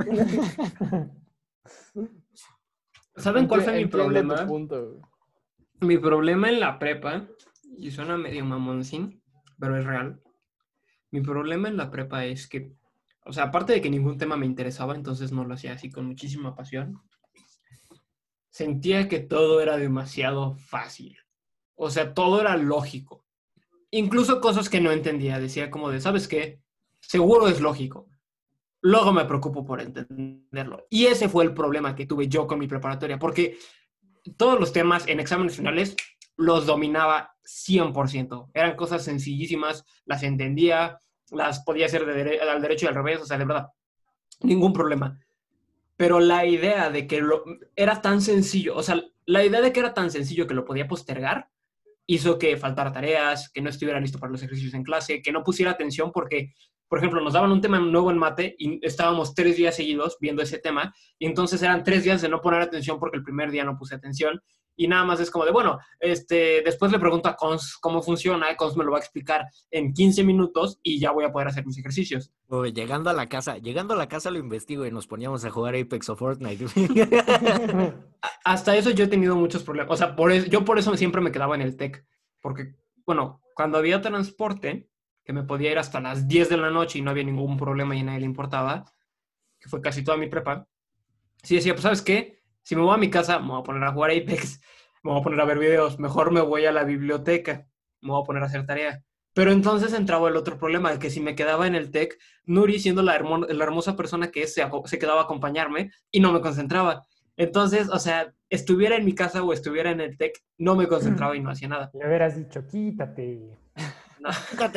¿Saben cuál fue mi Entiendo problema? tu punto, güey. Mi problema en la prepa, y suena medio mamoncín, pero es real. Mi problema en la prepa es que, o sea, aparte de que ningún tema me interesaba, entonces no lo hacía así con muchísima pasión, sentía que todo era demasiado fácil. O sea, todo era lógico. Incluso cosas que no entendía. Decía como de, ¿sabes qué? Seguro es lógico. Luego me preocupo por entenderlo. Y ese fue el problema que tuve yo con mi preparatoria, porque todos los temas en exámenes finales los dominaba cien por ciento. Eran cosas sencillísimas, las entendía, las podía hacer de dere- al derecho y al revés, o sea, de verdad, ningún problema. Pero la idea de que lo, era tan sencillo, o sea, la idea de que era tan sencillo que lo podía postergar, hizo que faltara tareas, que no estuviera listo para los ejercicios en clase, que no pusiera atención porque, por ejemplo, nos daban un tema nuevo en mate y estábamos tres días seguidos viendo ese tema y entonces eran tres días de no poner atención porque el primer día no puse atención y nada más es como de, bueno, este, después le pregunto a Cons cómo funciona, Cons me lo va a explicar en quince minutos y ya voy a poder hacer mis ejercicios. Güey, llegando a la casa, llegando a la casa lo investigo y nos poníamos a jugar Apex o Fortnite. Hasta eso yo he tenido muchos problemas. O sea, por eso, yo por eso siempre me quedaba en el TEC. Porque, bueno, cuando había transporte, que me podía ir hasta las diez de la noche y no había ningún problema y a nadie le importaba, que fue casi toda mi prepa, sí decía, pues, ¿sabes qué? Si me voy a mi casa, me voy a poner a jugar Apex, me voy a poner a ver videos, mejor me voy a la biblioteca, me voy a poner a hacer tarea. Pero entonces entraba el otro problema, de que si me quedaba en el TEC, Nuri, siendo la, hermo- la hermosa persona que es, se, aco- se quedaba a acompañarme y no me concentraba. Entonces, o sea, estuviera en mi casa o estuviera en el TEC, no me concentraba y no hacía nada. Le hubieras dicho, quítate. No.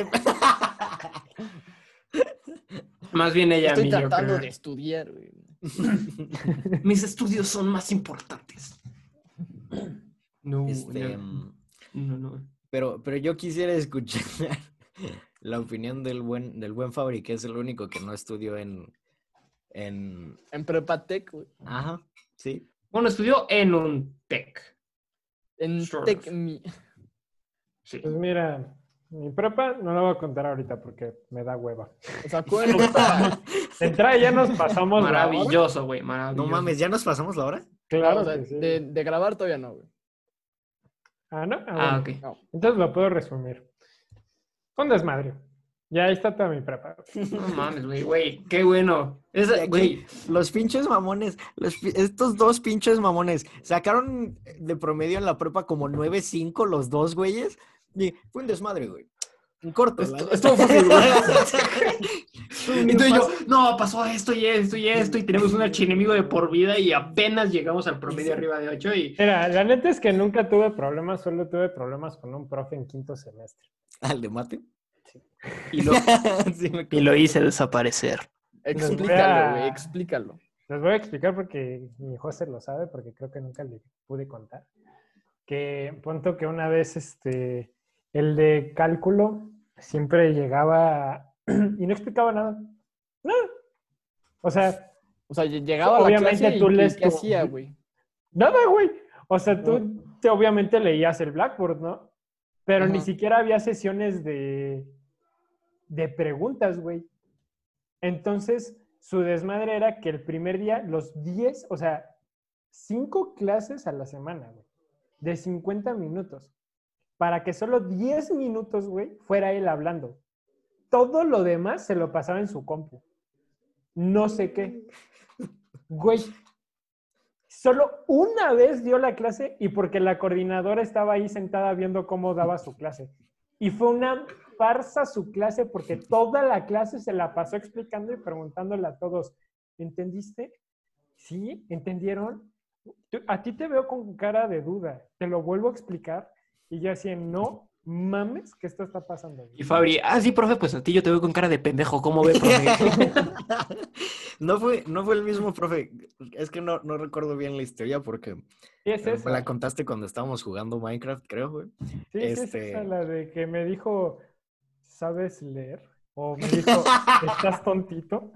Más bien ella a Estoy mí, yo tratando creo. de estudiar, güey. Mis estudios son más importantes. No, Este, no, mm, no, no. pero, pero yo quisiera escuchar la opinión del buen, del buen Fabri, que es el único que no estudió en, en... En Prepatec, güey. Ajá, sí. Bueno, estudió en un TEC. En Sort of. Tecmi. Sí. Pues mira, mi prepa no la voy a contar ahorita porque me da hueva. O sea, cuenta. De entrada ya nos pasamos la hora. Maravilloso, güey, maravilloso. No mames, ¿ya nos pasamos la hora? Claro o sea, que sí. de, de grabar todavía no, güey. Ah, ¿no? Ah, bueno. ok. No. Entonces lo puedo resumir. Fue un desmadre. Ya ahí está toda mi prepa. No mames, güey, güey, qué bueno. Y Esa, aquí, güey, los pinches mamones, los pi- estos dos pinches mamones, sacaron de promedio en la prepa como nueve cinco los dos güeyes. Y fue un desmadre, güey. Un corto. la esto- neta. estuvo fácil, güey. Y tú y yo, no, pasó esto y esto y esto, y tenemos un archienemigo de por vida y apenas llegamos al promedio arriba de ocho y... Mira, la neta es que nunca tuve problemas, solo tuve problemas con un profe en quinto semestre. ¿Al de mate? Y lo, Sí, me y lo hice desaparecer. Explícalo, a- güey, explícalo. Les voy a explicar porque mi José lo sabe, porque creo que nunca le pude contar. Que punto que una vez este, el de cálculo siempre llegaba y no explicaba nada. Nada. O sea, O sea, llegaba a la Obviamente clase y tú ¿qué- lees ¿qué tu- hacía, güey? nada, güey. O sea, tú te, obviamente leías el Blackboard, ¿no? Pero ni Ajá. siquiera había sesiones de, de preguntas, güey. Entonces, su desmadre era que el primer día, los diez, o sea, cinco clases a la semana, güey, de cincuenta minutos, para que solo diez minutos, güey, fuera él hablando. Todo lo demás se lo pasaba en su compu. No sé qué. Güey, solo una vez dio la clase y porque la coordinadora estaba ahí sentada viendo cómo daba su clase. Y fue una farsa su clase porque toda la clase se la pasó explicando y preguntándole a todos, ¿entendiste? ¿Sí? ¿Entendieron? Tú- A ti te veo con cara de duda. Te lo vuelvo a explicar. Y yo así, no mames que esto está pasando. Y Fabri, ah, sí, profe, pues a ti yo te veo con cara de pendejo. ¿Cómo ve, profe? No fue, no fue el mismo profe. Es que no, no recuerdo bien la historia porque Sí, es me esa. la contaste cuando estábamos jugando Minecraft, creo, güey. Sí, sí, es este- esa, la de que me dijo, ¿sabes leer? O me dijo, ¿estás tontito?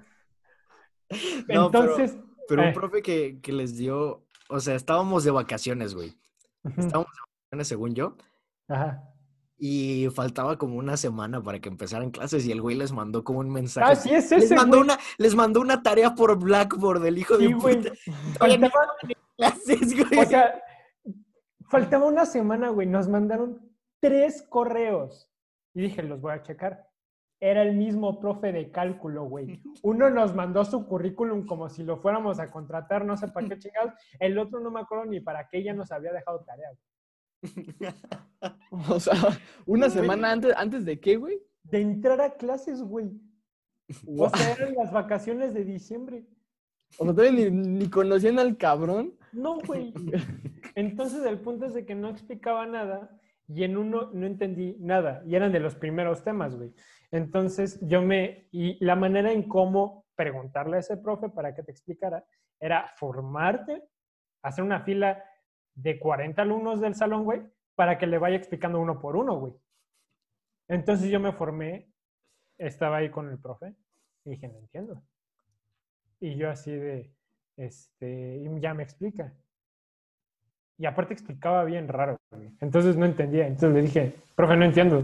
No, pero- Entonces, Pero Eh. un profe que, que les dio, o sea, estábamos de vacaciones, güey. ujú, Estábamos de vacaciones, según yo, ajá. y faltaba como una semana para que empezaran clases y el güey les mandó como un mensaje. Ah, sí, es les ese, mandó güey. una, les mandó una tarea por Blackboard, el hijo Sí, de güey. puta. Todavía ni Faltaba, clases, güey. o sea, faltaba una semana, güey. Nos mandaron tres correos. Y dije, los voy a checar. Era el mismo profe de cálculo, güey. Uno nos mandó su currículum como si lo fuéramos a contratar, no sé para qué chingados. El otro no me acuerdo ni para qué ya nos había dejado tarea. Güey. O sea, una semana antes, ¿antes de qué, güey? De entrar a clases, güey. O sea, eran las vacaciones de diciembre. O sea, todavía ni, ni conocían al cabrón. No, güey. Entonces el punto es de que no explicaba nada y en uno no entendí nada. Y eran de los primeros temas, güey. Entonces yo me... Y la manera en cómo preguntarle a ese profe para que te explicara era formarte, hacer una fila de cuarenta alumnos del salón, güey, para que le vaya explicando uno por uno, güey. Entonces yo me formé, estaba ahí con el profe y dije, no entiendo. Y yo así de, este, y ya me explica. Y aparte explicaba bien raro, güey. Entonces no entendía. Entonces le dije, profe, no entiendo.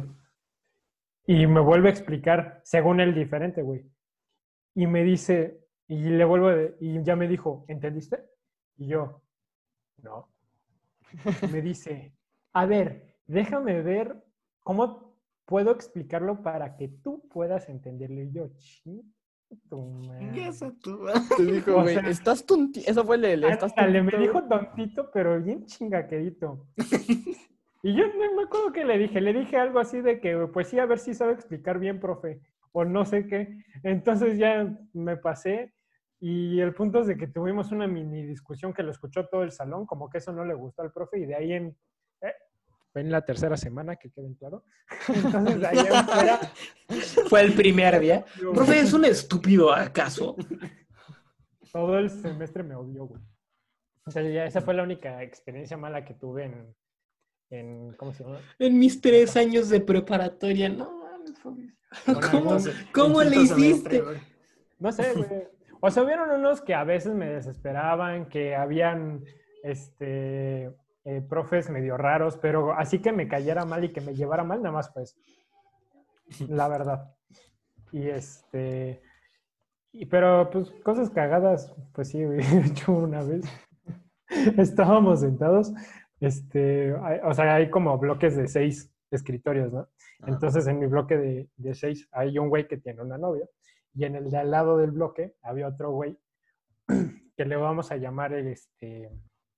Y me vuelve a explicar, según él, diferente, güey. Y me dice, y le vuelvo, a, y ya me dijo, ¿entendiste? Y yo, no. Me dice, a ver, déjame ver cómo puedo explicarlo para que tú puedas entenderlo. Y yo, ching, tu madre. Chingas a tu- Te dijo, O güey, sea, estás tontito. Eso fue el, el estás Ándale, me tontito, dijo güey. tontito, pero bien chingaquerito. Y yo no me acuerdo qué le dije. Le dije algo así de que, pues sí, a ver si sabe explicar bien, profe. O no sé qué. Entonces ya me pasé. Y el punto es de que tuvimos una mini discusión que lo escuchó todo el salón, como que eso no le gustó al profe, y de ahí en, eh, en la tercera semana, que queden claro. Entonces, de ahí en fuera, Fue el primer día. Yo, Profe, ¿es un estúpido acaso? todo el semestre me odió, güey. Entonces, ya esa fue la única experiencia mala que tuve en, en ¿cómo se llama? En mis tres años de preparatoria, no mames, Fabricio. Con ¿Cómo, algún- cómo En le quinto semestre, hiciste? güey. No sé, güey. O sea, hubieron unos que a veces me desesperaban, que habían, este, eh, profes medio raros, pero así que me cayera mal y que me llevara mal, nada más pues, la verdad. Y este, y, pero pues cosas cagadas, pues sí, güey. De hecho, una vez estábamos sentados, este, hay- o sea, hay como bloques de seis escritorios, ¿no? Ajá. Entonces, en mi bloque de, de seis hay un güey que tiene una novia y en el de al lado del bloque había otro güey que le vamos a llamar el, este,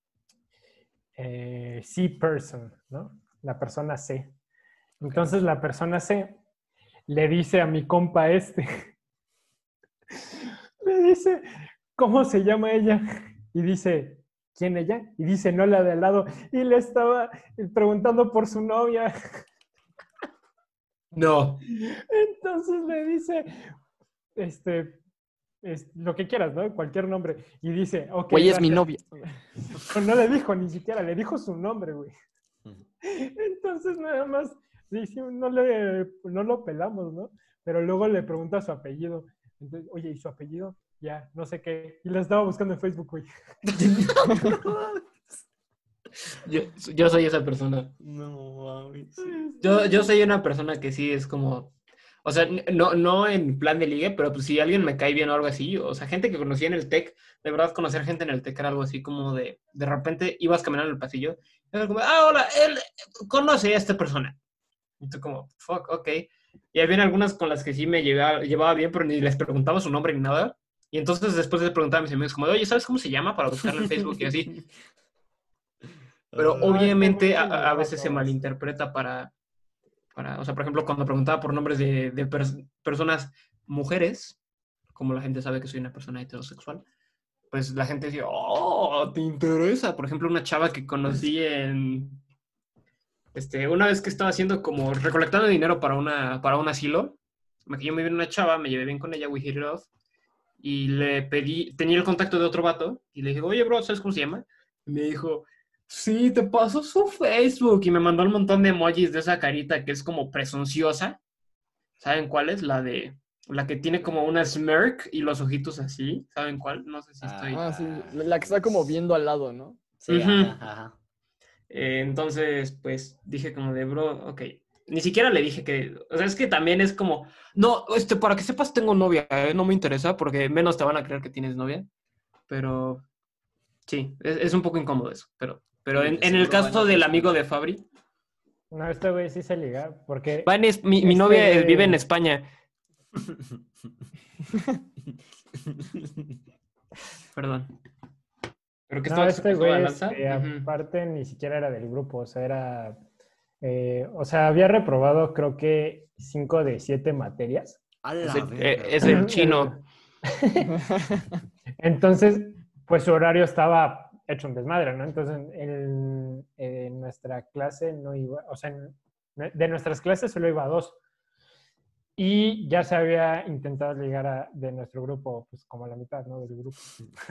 eh, C-person, ¿no? La persona C. Entonces, la persona C le dice a mi compa este, le dice, ¿cómo se llama ella? Y dice, ¿quién ella? Y dice, no, la de al lado. Y le estaba preguntando por su novia. No. Entonces le dice, este, es, lo que quieras, ¿no? Cualquier nombre. Y dice, ok. Güey, es mi gracias. novia. Pero no le dijo ni siquiera, le dijo su nombre, güey. Entonces nada más, sí, sí, no, le, no lo pelamos, ¿no? Pero luego le pregunta su apellido. Entonces, oye, ¿y su apellido? Ya, no sé qué. Y lo estaba buscando en Facebook, güey. Yo, yo soy esa persona. No, mames. Yo, yo soy una persona que sí es como... O sea, n- no, no en plan de ligue, pero pues si alguien me cae bien o algo así, o sea, gente que conocí en el TEC, de verdad conocer gente en el TEC era algo así como de... De repente ibas caminando en el pasillo, y era como, ah, hola, él conoce a esta persona. Y tú como, fuck, ok. Y había algunas con las que sí me llevaba, llevaba bien, pero ni les preguntaba su nombre ni nada. Y entonces después les preguntaba a mis amigos como, oye, ¿sabes cómo se llama? Para buscarlo en Facebook y así. Pero Ah, No, este obviamente güey a, me a llevaba veces se todas. malinterpreta para, para, o sea, por ejemplo, cuando preguntaba por nombres de, de pers- personas mujeres, como la gente sabe que soy una persona heterosexual, pues la gente decía, oh, ¿te interesa? Por ejemplo, una chava que conocí en, este, una vez que estaba haciendo como, recolectando dinero para, una, para un asilo, me yo me vi una chava, me llevé bien con ella, we hit it off, y le pedí, tenía el contacto de otro vato, y le dije, oye, bro, ¿sabes cómo se llama? Y me dijo, sí, te paso su Facebook. Y me mandó un montón de emojis de esa carita que es como presunciosa. ¿Saben cuál es? La de... La que tiene como una smirk y los ojitos así. ¿Saben cuál? No sé si estoy... Ah, sí. La que está como viendo al lado, ¿no? Sí, Ujú. ajá, ajá. Eh, entonces, pues, dije como de, bro, ok. Ni siquiera le dije que... O sea, es que también es como... No, este, para que sepas, tengo novia. ¿eh? No me interesa porque menos te van a creer que tienes novia. Pero... Sí, es, es un poco incómodo eso. Pero, pero Sí, en, de en el seguro van caso a del pensar. amigo de Fabri... No, este güey sí se liga, porque Va en es- mi, mi Este novia güey- vive en España. Perdón. Pero que no, estaba este estaba de güey, lanza. este, Ujú. aparte, ni siquiera era del grupo, o sea, era, eh, o sea, había reprobado creo que cinco de siete materias. A Es la el, verga. eh, es el chino. Entonces, pues su horario estaba hecho un desmadre, ¿no? Entonces, en, en nuestra clase no iba, o sea, en- de nuestras clases solo iba a dos. Y ya se había intentado ligar a, de nuestro grupo, pues como la mitad, ¿no? Del grupo.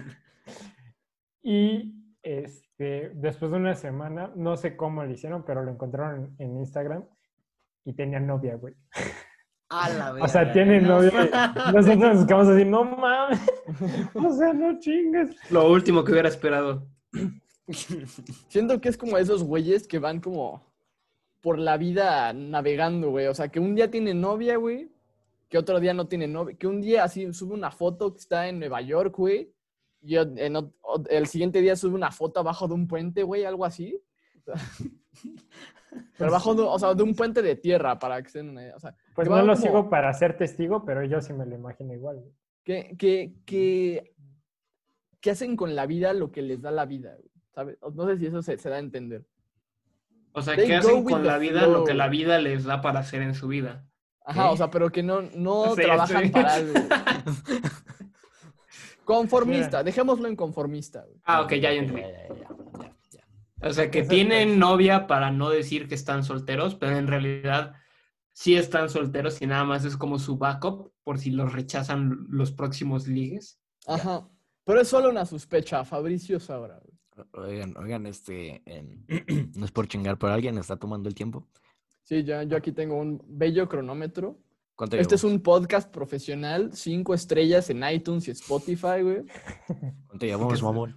Y este, después de una semana, no sé cómo lo hicieron, pero lo encontraron en, en Instagram y tenía novia, güey. A la verga. O sea, tiene No novia. y mames. nosotros nos quedamos así, no mames. O sea, no chingues. Lo último que hubiera esperado. Siento que es como esos güeyes que van como por la vida navegando, güey. O sea, que un día tiene novia, güey, que otro día no tiene novia, que un día así sube una foto que está en Nueva York, güey, y en ot- ot- el siguiente día sube una foto abajo de un puente, güey, algo así. O sea, pero abajo de, o sea, de un puente de tierra, para que estén, eh, o sea, Pues que no van lo como- sigo para ser testigo, pero yo sí me lo imagino igual, güey. que, que, que, que hacen con la vida lo que les da la vida, güey, ¿sabes? No sé si eso se, se da a entender. O sea, They ¿qué go hacen with con the la vida lo que flow. la vida les da para hacer en su vida? Ajá, ¿Qué? o sea, pero que no, no Sí, trabajan estoy- para algo. Conformista, dejémoslo en conformista, güey. Ah, ok, ya, ya entendí. Ya, ya, ya, ya, ya. O sea, que Eso tienen es. novia para no decir que están solteros, pero en realidad sí están solteros y nada más es como su backup por si los rechazan los próximos ligues. Ajá. Pero es solo una sospecha. Fabricio sabrá, güey. Oigan, oigan, este, em, no es por chingar, pero alguien está tomando el tiempo. Sí, ya, yo aquí tengo un bello cronómetro. ¿Cuánto Este es llevamos? un podcast profesional, cinco estrellas en iTunes y Spotify, güey. ¿Cuánto llevamos, mamón?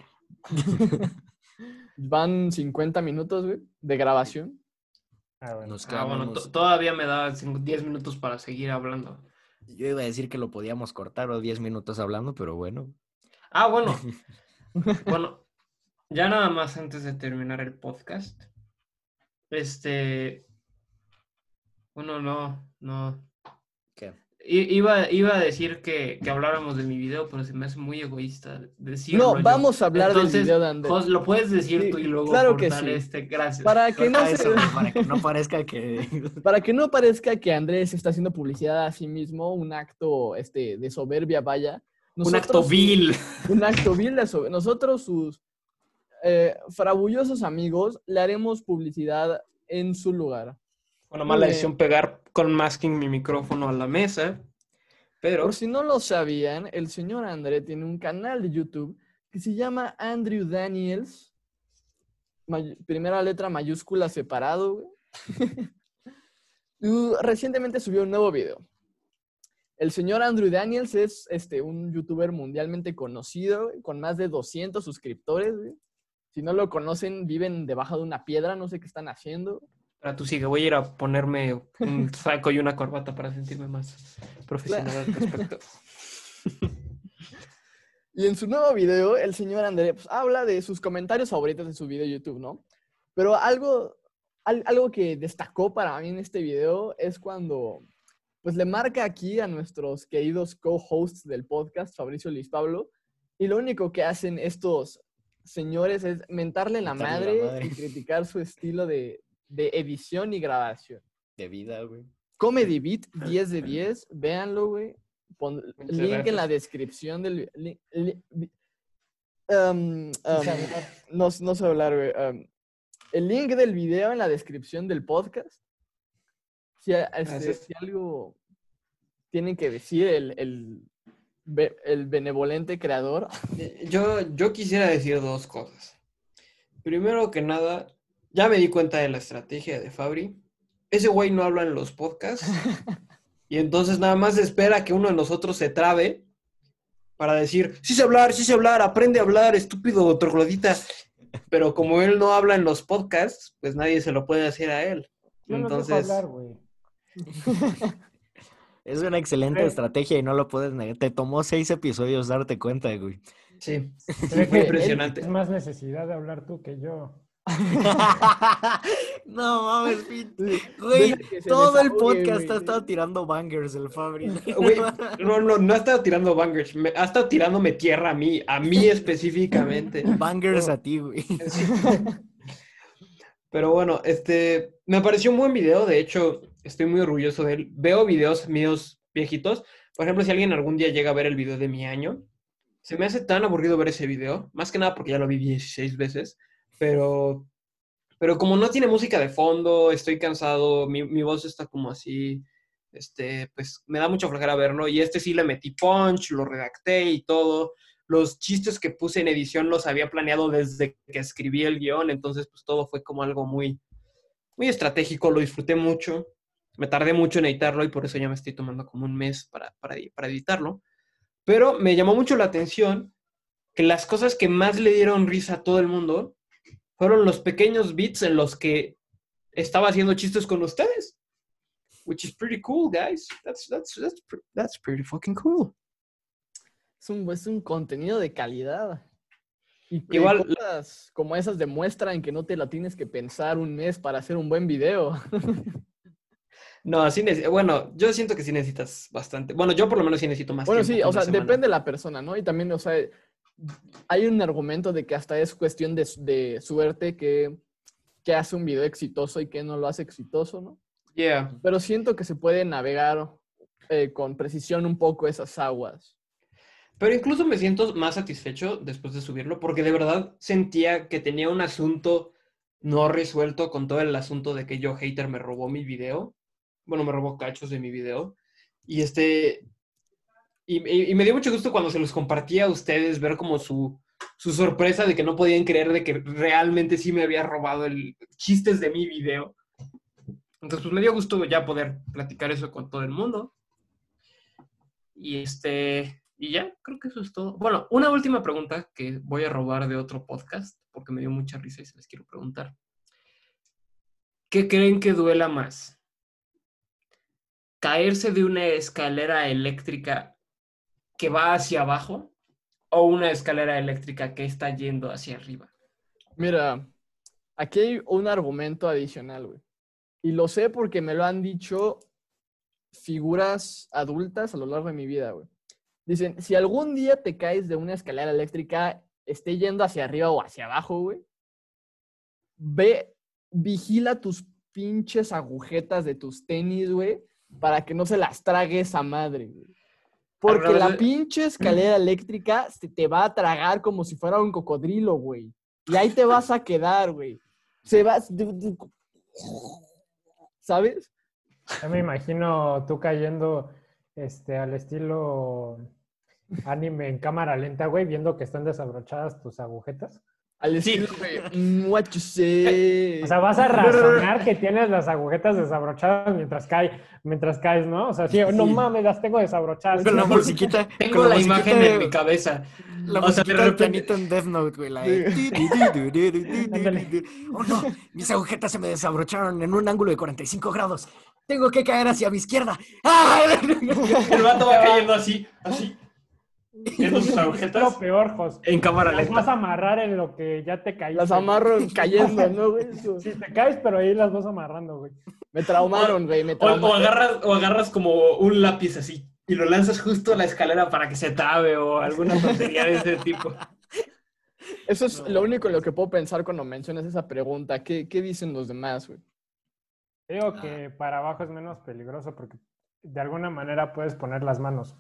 Van cincuenta minutos, güey, de grabación. Ah, bueno. Nos Ah, bueno, quedamos. to- todavía me da cinco- diez minutos para seguir hablando. Yo iba a decir que lo podíamos cortar o diez minutos hablando, pero bueno. Ah, bueno. Bueno, ya nada más antes de terminar el podcast. Este. Bueno, no, no. ¿Qué? I- Iba, iba a decir que, que habláramos de mi video, pero se me hace muy egoísta decirlo No, yo. vamos a hablar del Entonces, video de Andrés. Jos, lo puedes decir Sí, tú y luego claro que cortar sí. este. Gracias. Para que no Corta se... eso, güey, para que no parezca que... Para que no parezca que Andrés está haciendo publicidad a sí mismo, un acto este, de soberbia, vaya. Un acto Nosotros, vil. su- Un acto vil de soberbia. Nosotros, sus eh, frabullosos amigos, le haremos publicidad en su lugar. Bueno, Muy mala bien. decisión pegar con masking mi micrófono a la mesa. Pero. Por si no lo sabían, el señor André tiene un canal de YouTube que se llama Andrew Daniels. May- primera letra mayúscula separado, güey. Y recientemente subió un nuevo video. El señor Andrew Daniels es este, un youtuber mundialmente conocido, güey, con más de doscientos suscriptores, güey. Si no lo conocen, viven debajo de una piedra, no sé qué están haciendo. Para tú sigue, voy a ir a ponerme un saco y una corbata para sentirme más profesional al respecto. Y en su nuevo video, el señor André pues, habla de sus comentarios favoritos de su video de YouTube, ¿no? Pero algo, al- algo que destacó para mí en este video es cuando pues, le marca aquí a nuestros queridos co-hosts del podcast, Fabricio y Luis Pablo, y lo único que hacen estos señores es mentarle la Mentarle la madre, madre. y criticar su estilo de, de edición y grabación. De vida, güey. Comedy Beat, diez de diez, véanlo, güey. Pon Muchas link gracias. en la descripción del... li- li- vi- um, um, no, no sé hablar, güey. Um, el link del video en la descripción del podcast. Si, a- este, Gracias. si algo tienen que decir el, el, be- el benevolente creador. Yo, yo quisiera decir dos cosas. Primero que nada, ya me di cuenta de la estrategia de Fabri. Ese güey no habla en los podcasts. Y entonces nada más espera que uno de nosotros se trabe para decir, sí sé hablar, sí sé hablar, aprende a hablar, estúpido troglodita. Pero como él no habla en los podcasts, pues nadie se lo puede hacer a él. Yo no dejo Entonces, hablar, güey. Es una excelente Eh. estrategia y no lo puedes negar. Te tomó seis episodios darte cuenta, güey. sí, Creo muy que impresionante. Es más necesidad de hablar tú que yo. No mames, Pete. Deja Güey, que se todo el desahogue, podcast güey. ha estado tirando bangers el Fabri. Güey, no, no, no ha estado tirando bangers, me- ha estado tirándome tierra a mí, a mí específicamente. Bangers a ti, güey. Pero bueno, este, me pareció un buen video, de hecho, estoy muy orgulloso de él. Veo videos míos viejitos. Por ejemplo, si alguien algún día llega a ver el video de mi año, se me hace tan aburrido ver ese video, más que nada porque ya lo vi dieciséis veces, pero, pero como no tiene música de fondo, estoy cansado, mi, mi voz está como así, este, pues me da mucha flojera verlo, y este sí le metí punch, lo redacté y todo. Los chistes que puse en edición los había planeado desde que escribí el guión, entonces pues todo fue como algo muy, muy estratégico, lo disfruté mucho. Me tardé mucho en editarlo y por eso ya me estoy tomando como un mes para, para, para editarlo. Pero me llamó mucho la atención que las cosas que más le dieron risa a todo el mundo fueron los pequeños bits en los que estaba haciendo chistes con ustedes. Which is pretty cool, guys. That's, that's, that's, that's pretty fucking cool. Es un, es un contenido de calidad. Y que Igual- cosas como esas demuestran que no te la tienes que pensar un mes para hacer un buen video. No, sí neces- bueno, yo siento que sí necesitas bastante. Bueno, yo por lo menos sí necesito más Bueno, tiempo sí, que o una sea, semana. depende de la persona, ¿no? Y también, o sea, hay un argumento de que hasta es cuestión de, de suerte que, que hace un video exitoso y que no lo hace exitoso, ¿no? Yeah. Pero siento que se puede navegar eh, con precisión un poco esas aguas. Pero incluso me siento más satisfecho después de subirlo, porque de verdad sentía que tenía un asunto no resuelto con todo el asunto de que Yo Hater me robó mi video. Bueno, me robó cachos de mi video. Y este... Y, y, y me dio mucho gusto cuando se los compartía a ustedes, ver como su, su sorpresa de que no podían creer de que realmente sí me había robado el chistes de mi video. Entonces, pues me dio gusto ya poder platicar eso con todo el mundo. Y este... Y ya, creo que eso es todo. Bueno, una última pregunta que voy a robar de otro podcast, porque me dio mucha risa y se les quiero preguntar. ¿Qué creen que duela más? ¿Caerse de una escalera eléctrica que va hacia abajo o una escalera eléctrica que está yendo hacia arriba? Mira, aquí hay un argumento adicional, güey. Y lo sé porque me lo han dicho figuras adultas a lo largo de mi vida, güey. Dicen, si algún día te caes de una escalera eléctrica, esté yendo hacia arriba o hacia abajo, güey, ve, vigila tus pinches agujetas de tus tenis, güey, para que no se las trague esa madre, güey. Porque la pinche escalera eléctrica se te va a tragar como si fuera un cocodrilo, güey. Y ahí te vas a quedar, güey. Se va... ¿Sabes? Yo me imagino tú cayendo este, al estilo anime en cámara lenta, güey, viendo que están desabrochadas tus agujetas. Al estilo, güey, what you say. O sea, vas a razonar que tienes las agujetas desabrochadas mientras caes, mientras caes, ¿no? O sea, sí, no mames, las tengo desabrochadas. Con la musiquita. Tengo con la, la imagen de, en mi cabeza. La o sea, musiquita de del repente... pianito en Death Note, güey. La de... Oh, no, mis agujetas se me desabrocharon en un ángulo de cuarenta y cinco grados. Tengo que caer hacia mi izquierda. ¡Ah! El vato va cayendo así, así. En sus agujetas. Lo peor, Jos. En cámara Las lenta. vas a amarrar en lo que ya te caíste. Las amarro cayendo, ¿no, güey? Sí, te caes, pero ahí las vas amarrando, güey. Me traumaron, güey, me O, traumaron. o, agarras, o agarras como un lápiz así y lo lanzas justo a la escalera para que se trabe o alguna tontería de ese tipo. Eso es No. lo único en lo que puedo pensar cuando mencionas esa pregunta. ¿Qué, qué dicen los demás, güey? Digo que para abajo es menos peligroso porque de alguna manera puedes poner las manos.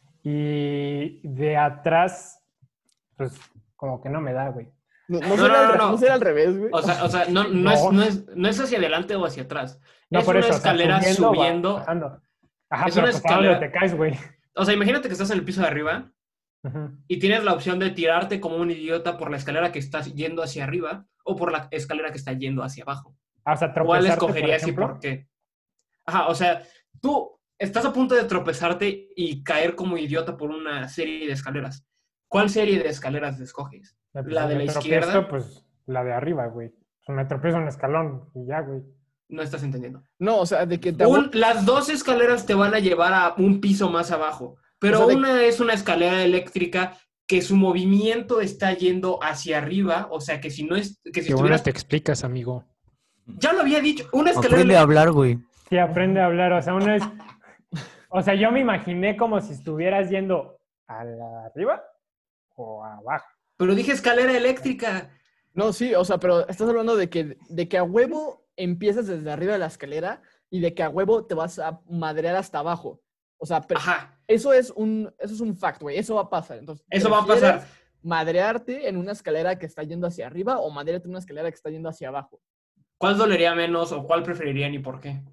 Y de atrás, pues como que no me da, güey. No, no, No, será, no, al, no, re- no. no será al revés, güey. O sea, o sea no, no, No. Es, no, es, no es hacia adelante o hacia atrás. No, es por una eso, o sea, escalera subiendo, subiendo. bajando. Ajá, Es pero una pues, ¿a dónde escalera- te caes, güey? O sea, imagínate que estás en el piso de arriba Ujú. y tienes la opción de tirarte como un idiota por la escalera que está yendo hacia arriba o por la escalera que está yendo hacia abajo. Ah, o sea, ¿Cuál tropezarte, escogerías por y por ejemplo. qué? Ajá, o sea, tú estás a punto de tropezarte y caer como idiota por una serie de escaleras. ¿Cuál serie de escaleras escoges? Eh, pues, ¿La si de me la tropiezo, izquierda? pues la de arriba, güey. Pues, me tropiezo en un escalón y ya, güey. No estás entendiendo. No, o sea, de que te... Un- las dos escaleras te van a llevar a un piso más abajo, pero O sea, de- una es una escalera eléctrica que su movimiento está yendo hacia arriba, o sea que si no es que si Qué bueno estuvieras te explicas, amigo. ya lo había dicho, una escalera Aprende a eléctrica hablar, güey. Sí, aprende a hablar. O sea, uno es... O sea, yo me imaginé como si estuvieras yendo a la arriba o abajo. pero dije escalera eléctrica. No, sí, o sea, pero estás hablando de que, de que a huevo empiezas desde arriba de la escalera y de que a huevo te vas a madrear hasta abajo. O sea, pero Ajá, eso es un, eso es un fact, güey. Eso va a pasar. Entonces, eso va a ¿prefieres pasar. madrearte en una escalera que está yendo hacia arriba o madrearte en una escalera que está yendo hacia abajo? ¿Cuál dolería menos o cuál preferirían y por qué?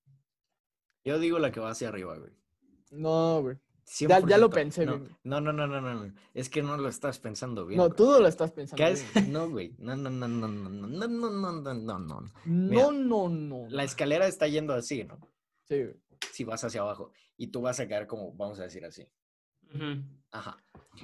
Yo digo la que va hacia arriba, güey. No, güey. cien Ya, por ya lo ciento. pensé, no, güey. no, no, no, no, no, no. Es que no lo estás pensando bien. No, güey. tú no lo estás pensando. ¿Qué bien, es? güey. No, güey. No, no, no, no, no, no, no, no, no, no, no, no. No, no, no. La escalera está yendo así, ¿no? Sí, güey. Si vas hacia abajo. Y tú vas a caer como, vamos a decir así. Ujú. Ajá.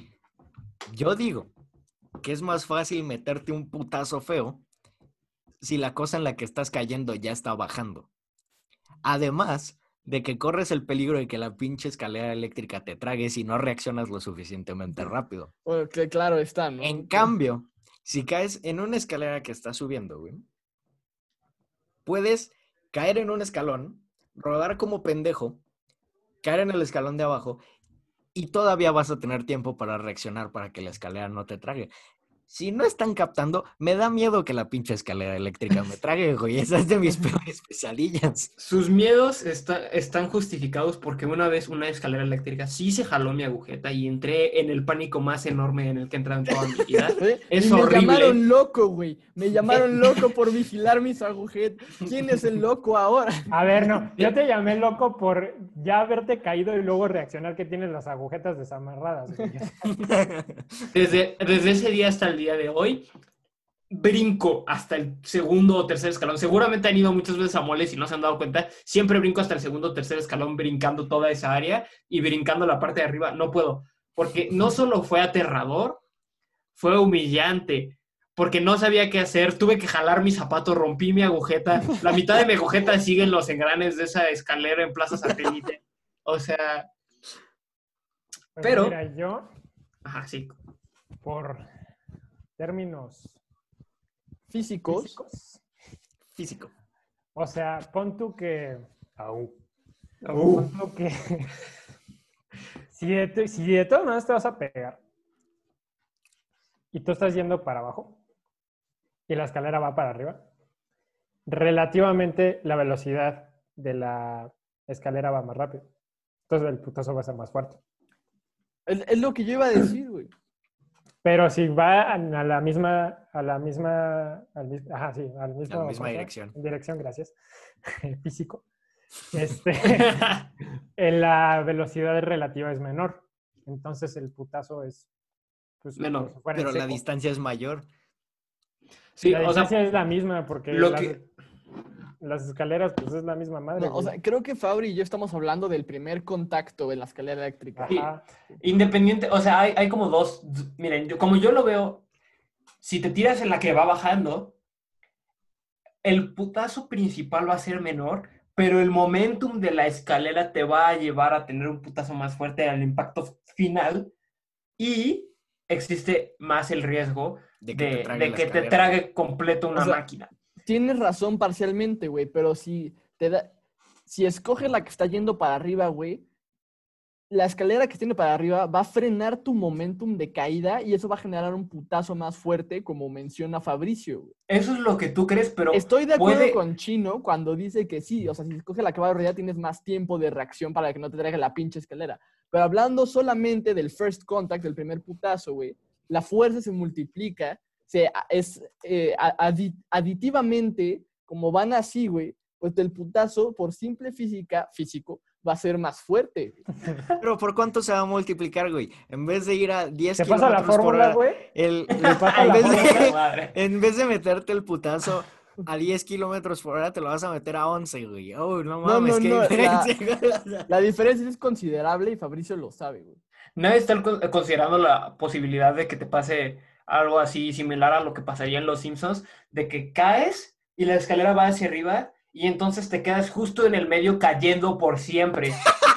Yo digo que es más fácil meterte un putazo feo si la cosa en la que estás cayendo ya está bajando. Además de que corres el peligro de que la pinche escalera eléctrica te trague si no reaccionas lo suficientemente rápido. Bueno, que claro está, ¿no? En cambio, si caes en una escalera que está subiendo, güey, puedes caer en un escalón, rodar como pendejo, caer en el escalón de abajo y todavía vas a tener tiempo para reaccionar para que la escalera no te trague. Si no están captando, me da miedo que la pinche escalera eléctrica me trague, güey. Esa es de mis peores pesadillas. Sus miedos está- están justificados porque una vez una escalera eléctrica sí se jaló mi agujeta y entré en el pánico más enorme en el que he entrado en toda mi vida. ¿Eh? Es y me horrible. llamaron loco, güey. Me llamaron loco por vigilar mis agujetas. ¿Quién es el loco ahora? A ver, no, yo te llamé loco por ya haberte caído y luego reaccionar que tienes las agujetas desamarradas, güey. Desde, desde ese día hasta el día de hoy, brinco hasta el segundo o tercer escalón. Seguramente han ido muchas veces a moles y no se han dado cuenta. Siempre brinco hasta el segundo o tercer escalón, brincando toda esa área y brincando la parte de arriba. No puedo, porque no solo fue aterrador, fue humillante, porque no sabía qué hacer. Tuve que jalar mi zapato, rompí mi agujeta. La mitad de mi agujeta sigue en los engranes de esa escalera en Plaza Satélite. O sea, Pues Pero- mira, yo, ajá, sí. por términos Físicos. físicos, Físico. o sea, pon tú que... Au. Uh, Pon tú que... si, de, to- si de todas maneras te vas a pegar y tú estás yendo para abajo y la escalera va para arriba, relativamente la velocidad de la escalera va más rápido. Entonces el putazo va a ser más fuerte. Es, es lo que yo iba a decir, güey. Pero si va a a la misma, a la misma, al mis- ajá, sí, al mismo, A la misma cosa, dirección. en dirección, gracias, físico, este, en la velocidad relativa es menor. Entonces el putazo es, pues, Menor, como si fuera en Pero la seco. distancia es mayor. sí, La o sea, distancia es la misma porque lo las, que- las escaleras, pues es la misma madre. No, o sea, güey. creo que Fabri y yo estamos hablando del primer contacto en la escalera eléctrica. Sí. Ajá. independiente, o sea, hay, hay como dos, miren, yo, como yo lo veo, si te tiras en la que va bajando, el putazo principal va a ser menor, pero el momentum de la escalera te va a llevar a tener un putazo más fuerte al impacto final y existe más el riesgo De de, que te trague de la que te escalera. trague completo una O sea, máquina. Tienes razón parcialmente, güey, pero si te da, si escoges la que está yendo para arriba, güey, la escalera que tiene para arriba va a frenar tu momentum de caída y eso va a generar un putazo más fuerte, como menciona Fabricio, güey. Eso es lo que tú crees, pero Estoy de acuerdo puede- con Chino cuando dice que sí, o sea, si escoges la que va a arriba tienes más tiempo de reacción para que no te traiga la pinche escalera. Pero hablando solamente del first contact, del primer putazo, güey, la fuerza se multiplica, se, es eh, a- adi- aditivamente, como van así, güey, pues el putazo, por simple física, físico, va a ser más fuerte. Pero ¿por cuánto se va a multiplicar, güey? En vez de ir a diez ¿Te pasa la kilómetros por fórmula, hora, güey? el, ¿Te pasa en, la vez fórmula? de, Madre. en vez de meterte el putazo a diez kilómetros por hora, te lo vas a meter a once, güey. Oh, no No, mames, no, qué no, la- diferencia. La diferencia es considerable y Fabricio lo sabe, güey. Nadie está con- considerando la posibilidad de que te pase algo así similar a lo que pasaría en Los Simpsons, de que caes y la escalera va hacia arriba y entonces te quedas justo en el medio cayendo por siempre.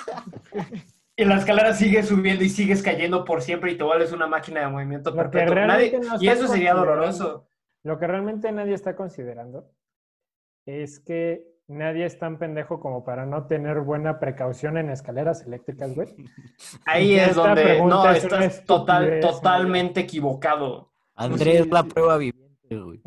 Y la escalera sigue subiendo y sigues cayendo por siempre y te vuelves una máquina de movimiento Lo que perpetuo. realmente Nadie- no y están eso sería considerando. doloroso. Lo que realmente nadie está considerando es que nadie es tan pendejo como para no tener buena precaución en escaleras eléctricas, güey. Ahí Y es esta donde pregunta no, es una estás total, estupidez, totalmente equivocado. Andrés, Sí, la sí. prueba viviente, güey.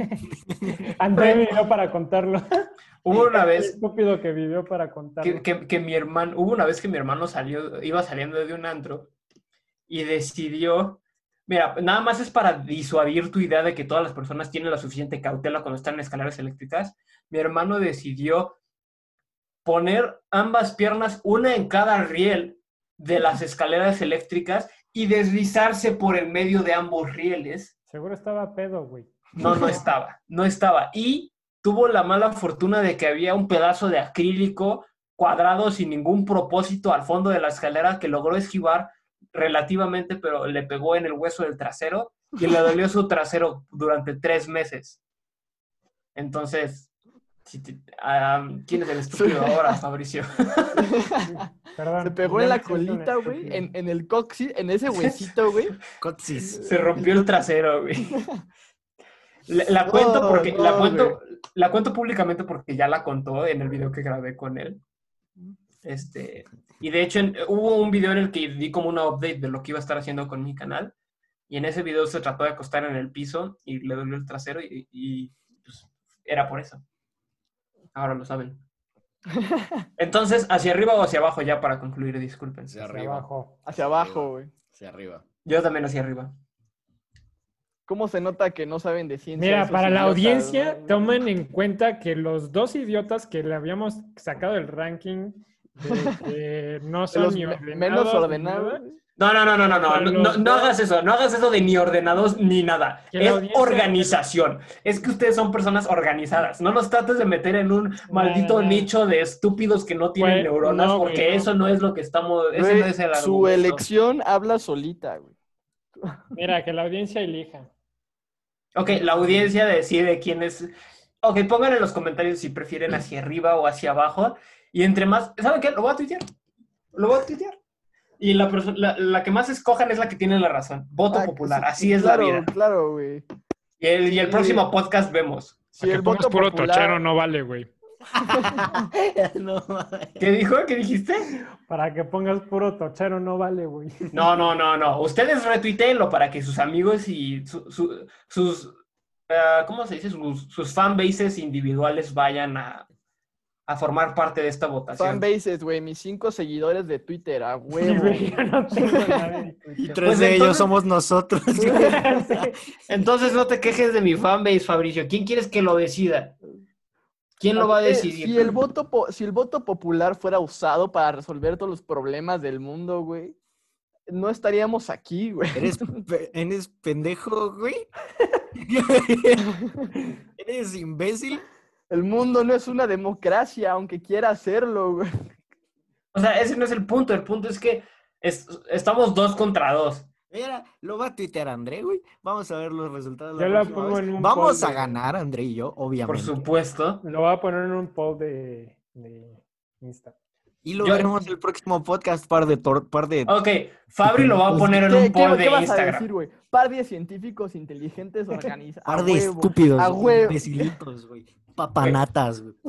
André vivió para contarlo. Hubo una El vez estúpido que vivió para contarlo. que, que- que mi hermano, hubo una vez que mi hermano salió, iba saliendo de un antro y decidió, mira, nada más es para disuadir tu idea de que todas las personas tienen la suficiente cautela cuando están en escaleras eléctricas. Mi hermano decidió poner ambas piernas, una en cada riel de las escaleras eléctricas y deslizarse por el medio de ambos rieles. Seguro estaba pedo, güey. No, no estaba, no estaba. Y tuvo la mala fortuna de que había un pedazo de acrílico cuadrado sin ningún propósito al fondo de la escalera que logró esquivar relativamente, pero le pegó en el hueso del trasero y le dolió su trasero durante tres meses. Entonces, si te- ah, ¿quién es el estúpido ahora, Fabricio? Perdón. Se pegó ya en la me siento un colita, güey, estúpido. en, en el coxis, en ese huesito, güey. Cotsis. Se rompió el trasero, güey. La, la cuento No, porque no, la cuento, la cuento públicamente porque ya la contó en el video que grabé con él. Este, y de hecho en- hubo un video en el que di como una update de lo que iba a estar haciendo con mi canal. y en ese video se trató de acostar en el piso y le dolió el trasero y, y pues, era por eso. Ahora lo saben. Entonces, ¿hacia arriba o hacia abajo ya para concluir? Disculpen. Hacia Hacia arriba. abajo. Hacia abajo, güey. Hacia arriba. Yo también hacia arriba. ¿Cómo se nota que no saben de ciencia? Mira, esos para la idiotas, audiencia, ¿no? tomen en cuenta que los dos idiotas que le habíamos sacado el ranking de que no De son los ni me- ordenados, menos ni ordenados. nada, güey. No, no, no, no, no, no, Para no, los no, no dos. hagas eso, no hagas eso de ni ordenados ni nada. Que la Es audiencia- organización. Es que ustedes son personas organizadas. No nos trates de meter en un maldito no, no. nicho de estúpidos que no tienen Güey, neuronas, no, güey, porque no. eso no es lo que estamos, ese Güey, no es el su argumento. elección habla solita, güey. Mira, que la audiencia elija. Ok, la audiencia decide quién es. Ok, pongan en los comentarios si prefieren hacia arriba o hacia abajo. Y entre más, ¿saben qué? Lo voy a tuitear. Lo voy a tuitear. Y la, perso- la, la que más escojan es la que tiene la razón. Voto Ah, popular, sí, así es claro, la vida. Claro, güey. Y el, y el Sí. próximo podcast vemos. Si Para el que pongas voto puro popular... tochero no vale, güey. No, mames. ¿Qué dijo? ¿Qué dijiste? Para que pongas puro tochero no vale, güey. No, no, no, no. Ustedes retuiteenlo para que sus amigos y su- su- sus, ah, ¿cómo se dice? Sus, sus fanbases individuales vayan a, a formar parte de esta votación. Fanbases, güey. Mis cinco seguidores de Twitter, a Sí, huevo. güey, yo no tengo nada de Y Twitter. tres Pues de ellos entonces- somos nosotros. Sí. Entonces no te quejes de mi fanbase, Fabricio. ¿Quién quieres que lo decida? ¿Quién lo va a Eh, decidir? Si el, voto po- si el voto popular fuera usado para resolver todos los problemas del mundo, güey, no estaríamos aquí, güey. ¿Eres, pe- ¿Eres pendejo, güey? ¿Eres imbécil? El mundo no es una democracia, aunque quiera hacerlo, güey. O sea, ese no es el punto. El punto es que es- estamos dos contra dos. Mira, lo va a tuitear André, güey. Vamos a ver los resultados. la Yo la próxima pongo vez. en un Vamos poll a de- ganar, André y yo, Por obviamente. supuesto. Lo voy a poner en un poll de, de Insta. Y lo Yo- veremos el próximo podcast, par de... tor- par de... Ok, Fabri lo va a poner en ¿Qué, un qué- poll qué de vas a Instagram. decir, güey? Par de científicos inteligentes organizados. par de estúpidos, A huevo. imbecilitos, güey. Papanatas, güey.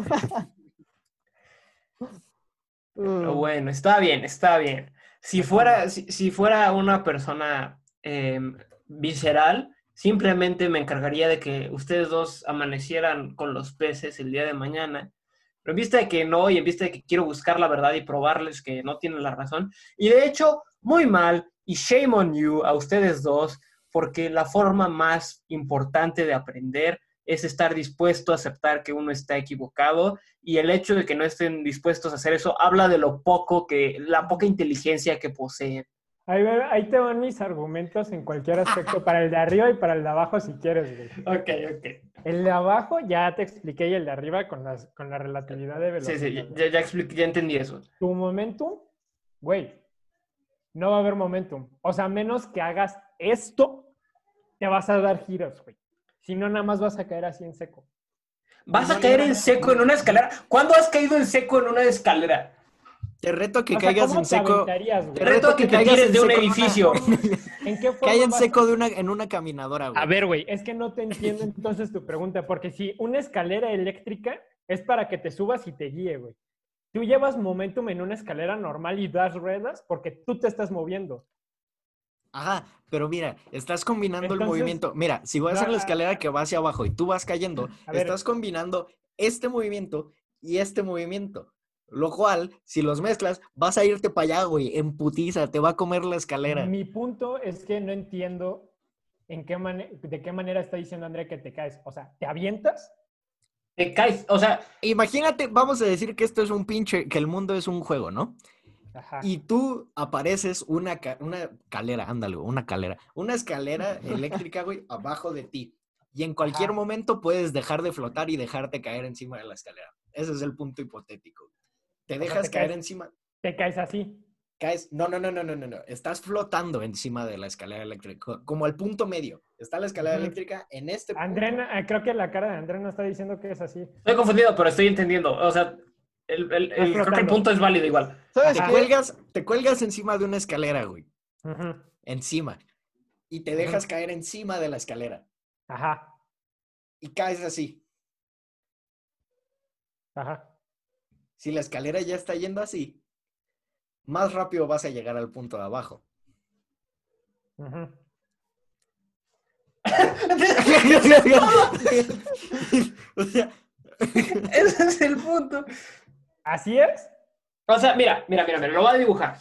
Pero bueno, está bien, está bien. Si fuera, si, si fuera una persona eh, visceral, simplemente me encargaría de que ustedes dos amanecieran con los peces el día de mañana. Pero en vista de que no, y en vista de que quiero buscar la verdad y probarles que no tienen la razón, y de hecho, muy mal, y shame on you a ustedes dos, porque la forma más importante de aprender es estar dispuesto a aceptar que uno está equivocado, y el hecho de que no estén dispuestos a hacer eso habla de lo poco que, la poca inteligencia que poseen. Ahí, va- ahí te van mis argumentos en cualquier aspecto, para el de arriba y para el de abajo si quieres, güey. Ok, ok. El de abajo ya te expliqué y el de arriba con, las, con la relatividad de Sí, velocidad. sí, ya, ya expliqué, ya entendí eso. Tu momentum, güey, no va a haber momentum. O sea, a menos que hagas esto, te vas a dar giros, güey. Si no, nada más vas a caer así en seco. ¿Vas a caer en seco en una escalera? ¿Cuándo has caído en seco en una escalera? Te reto que O sea, caigas ¿cómo en te seco. aventarías, güey? Te Reto a que te caigas tires en de un seco en una- edificio. ¿En qué forma Cae en vas- seco de una, en una caminadora, güey. A ver, güey, es que no te entiendo entonces tu pregunta, porque si una escalera eléctrica es para que te subas y te guíe, güey. Tú llevas momentum en una escalera normal y das ruedas porque tú te estás moviendo. Ajá, pero mira, estás combinando el Entonces, movimiento. Mira, si vas va- en la escalera que va hacia abajo y tú vas cayendo, A ver. estás combinando este movimiento y este movimiento. Lo cual, si los mezclas, vas a irte para allá, güey, en putiza, te va a comer la escalera. Mi punto es que no entiendo en qué mane- de qué manera está diciendo Andrea que te caes. O sea, ¿te avientas? Te caes, o sea, Imagínate, vamos a decir que esto es un pinche, que el mundo es un juego, ¿no? Ajá. Y tú apareces una, ca- una calera, ándale, güey, una calera, una escalera eléctrica, güey, abajo de ti. Y en cualquier Ajá. momento puedes dejar de flotar y dejarte caer encima de la escalera. Ese es el punto hipotético. Te sea, dejas te caer caes- encima, Te caes así. caes, no, no, no, no, no, no, no, estás flotando encima de la escalera eléctrica, como al punto medio. Está la escalera Ujú. eléctrica en este punto. Andrea, eh, creo que la cara de Andrea no está diciendo que es así. estoy confundido, pero estoy entendiendo. O sea, el, el- el- creo que el flotando. punto es válido igual. ¿Sabes Te qué? cuelgas, te cuelgas encima de una escalera, güey, Ujú. encima. Y te dejas caer encima de la escalera. Ajá. Y caes así. Ajá. Si la escalera ya está yendo así, más rápido vas a llegar al punto de abajo. Ujú. O sea, Ese es el punto. ¿Así es? O sea, mira, mira, mira, mira, lo voy a dibujar.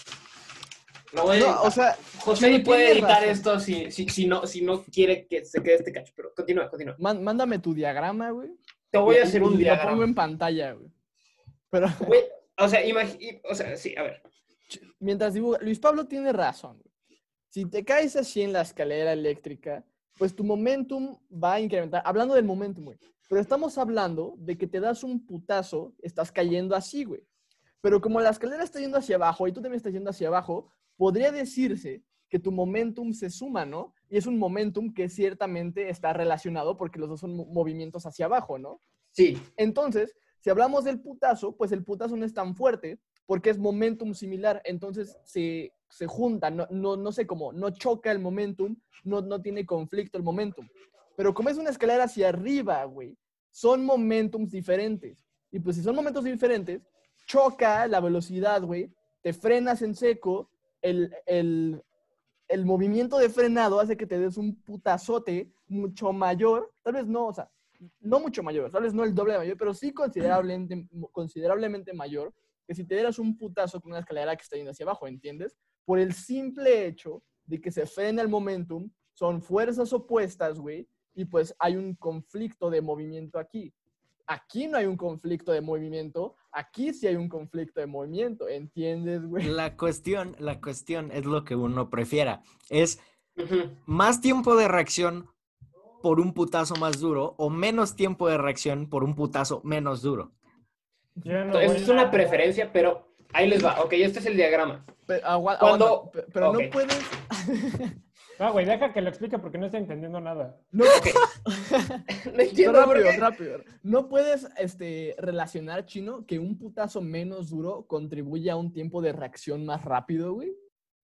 Lo voy a dibujar. No, o sea, José Chino, puede tienes editar razón. esto si, si, si, no, si no quiere que se quede este cacho, pero continúa, continúa. Man- mándame tu diagrama, güey. Te voy y- a hacer y un Lo pongo diagrama. en pantalla, güey. Pero Güey, o sea, imagi- o sea, sí, a ver. mientras dibuja, Luis Pablo tiene razón, güey. Si te caes así en la escalera eléctrica, pues tu momentum va a incrementar. Hablando del momentum, güey. Pero estamos hablando de que te das un putazo, estás cayendo así, güey. Pero como la escalera está yendo hacia abajo y tú también estás yendo hacia abajo, podría decirse que tu momentum se suma, ¿no? Y es un momentum que ciertamente está relacionado porque los dos son mo- movimientos hacia abajo, ¿no? Sí, Entonces, si hablamos del putazo, pues el putazo no es tan fuerte porque es momentum similar. Entonces se, se junta, no, no, no sé cómo, no choca el momentum, no, no tiene conflicto el momentum. Pero como es una escalera hacia arriba, güey, son momentums diferentes. Y pues si son momentos diferentes, choca la velocidad, güey, te frenas en seco, el, el, el movimiento de frenado hace que te des un putazote mucho mayor, tal vez no, o sea, no mucho mayor, tal vez no el doble de mayor, pero sí considerablemente, considerablemente mayor que si te dieras un putazo con una escalera que está yendo hacia abajo, ¿entiendes? Por el simple hecho de que se frena el momentum, son fuerzas opuestas, güey, y pues hay un conflicto de movimiento aquí. Aquí no hay un conflicto de movimiento, aquí sí hay un conflicto de movimiento, ¿entiendes, güey? la cuestión, la cuestión es lo que uno prefiera. Es ujú. más tiempo de reacción por un putazo más duro o menos tiempo de reacción por un putazo menos duro. Yo no Es voy una a... preferencia, pero ahí les va. Ok, este es el diagrama. Pero, agua- Cuando- aguanta, pe- pero ok. no puedes... No, güey, deja que lo explique porque no estoy entendiendo nada. No, Ok. No entiendo por rápido, qué. rápido. No puedes este, relacionar, Chino, que un putazo menos duro contribuye a un tiempo de reacción más rápido, güey.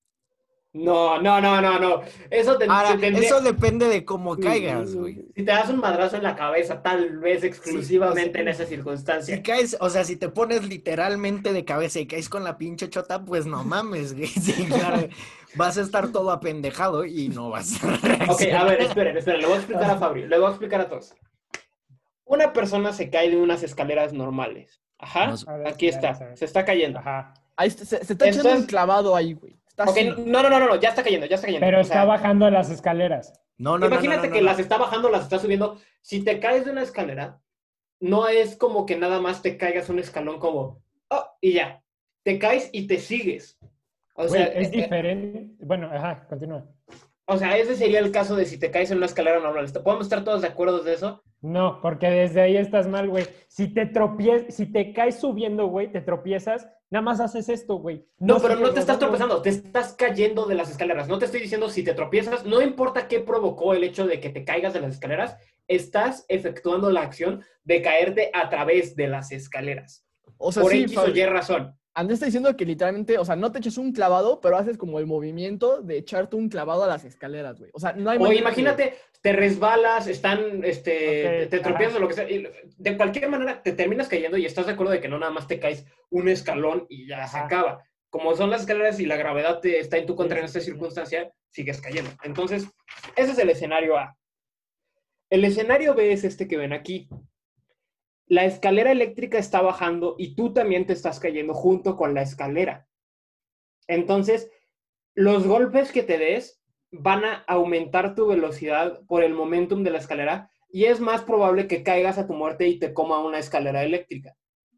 No, no, no, no, no. Eso te, Ahora, te tendría- eso depende de cómo caigas, güey. Si te das un madrazo en la cabeza, tal vez exclusivamente Sí, o sea, en esa circunstancia. Si caes, o sea, si te pones literalmente de cabeza y caes con la pinche chota, pues no mames, güey. Sí, claro, vas a estar todo apendejado y no vas a Ok, a reaccionar. ver, esperen, esperen. Le voy a explicar a Fabri. Le voy a explicar a todos. Una persona se cae de unas escaleras normales. Ajá. Nos- A ver, Aquí a ver, a está. ver. Se está cayendo. Ajá. Ahí se, se- se está echando Entonces- un clavado ahí, güey. Está Ok, así. no, no, no, no, no, ya está cayendo, ya está cayendo. Pero O está sea, bajando las escaleras. No, no, no, no, imagínate no, que no, las no. está bajando, las está subiendo. Si te caes de una escalera, no es como que nada más te caigas un escalón como, oh, y ya. Te caes y te sigues. O Güey, sea, es eh, diferente. Bueno, ajá, continúa. o sea, ese sería el caso de si te caes en una escalera normal. ¿Podemos estar todos de acuerdo de eso? No, porque desde ahí estás mal, güey. Si te tropiezas, si te caes subiendo, güey, te tropiezas, nada más haces esto, güey. No, pero no sigues te estás rodando. tropezando, te estás cayendo de las escaleras. No te estoy diciendo si te tropiezas, no importa qué provocó el hecho de que te caigas de las escaleras, estás efectuando la acción de caerte a través de las escaleras. O sea, Por sí, X o Fabri. Y razón. Andrés está diciendo que literalmente, o sea, no te eches un clavado, pero haces como el movimiento de echarte un clavado a las escaleras, güey. O sea, no hay O manera imagínate, te resbalas, están, este, Ok, te tropiezas ajá. o lo que sea. y de cualquier manera, te terminas cayendo y estás de acuerdo de que no nada más te caes un escalón y ya se Ajá. acaba. Como son las escaleras y la gravedad te está en tu contra Sí, en sí, esta sí, sí. circunstancia, sigues cayendo. Entonces, ese es el escenario A. El escenario B es este que ven aquí. La escalera eléctrica está bajando y tú también te estás cayendo junto con la escalera. Entonces, los golpes que te des van a aumentar tu velocidad por el momentum de la escalera y es más probable que caigas a tu muerte y te coma una escalera eléctrica.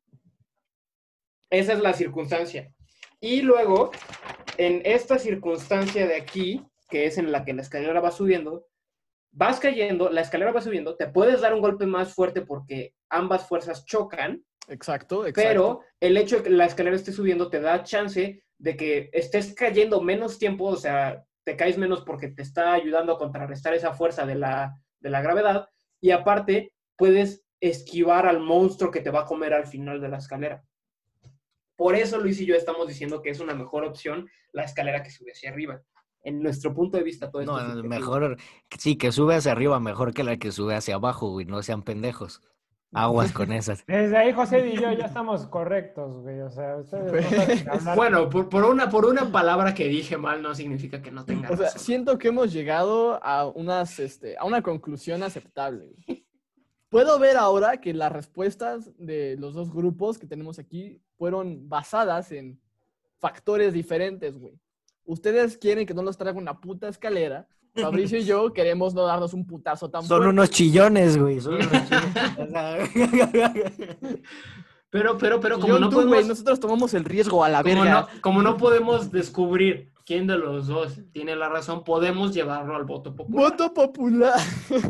Esa es la circunstancia. Y luego, en esta circunstancia de aquí, que es en la que la escalera va subiendo, vas cayendo, la escalera va subiendo, te puedes dar un golpe más fuerte porque ambas fuerzas chocan, Exacto, exacto. pero el hecho de que la escalera esté subiendo te da chance de que estés cayendo menos tiempo, o sea, te caes menos porque te está ayudando a contrarrestar esa fuerza de la, de la gravedad, y aparte puedes esquivar al monstruo que te va a comer al final de la escalera. Por eso Luis y yo estamos diciendo que es una mejor opción la escalera que sube hacia arriba. En nuestro punto de vista, todo esto No, es subjetivo. mejor, sí, que sube hacia arriba, mejor que la que sube hacia abajo, güey, no sean pendejos. Aguas con esas. Desde ahí José y yo ya estamos correctos, güey. O sea, ustedes no saben hablar. Bueno, por, por, una, por una palabra que dije mal no significa que no tenga O sea, razón. siento que hemos llegado a, unas, este, a una conclusión aceptable. Güey. Puedo ver ahora que las respuestas de los dos grupos que tenemos aquí fueron basadas en factores diferentes, güey. Ustedes quieren que no los traiga una puta escalera. Fabricio y yo queremos no darnos un putazo tan Son fuerte. unos chillones, güey. Son unos chillones. Pero, pero, pero, Y como yo, no tú, podemos... güey, nosotros tomamos el riesgo a la Como verga. no, como no podemos descubrir quién de los dos tiene la razón, podemos llevarlo al voto popular. Voto popular.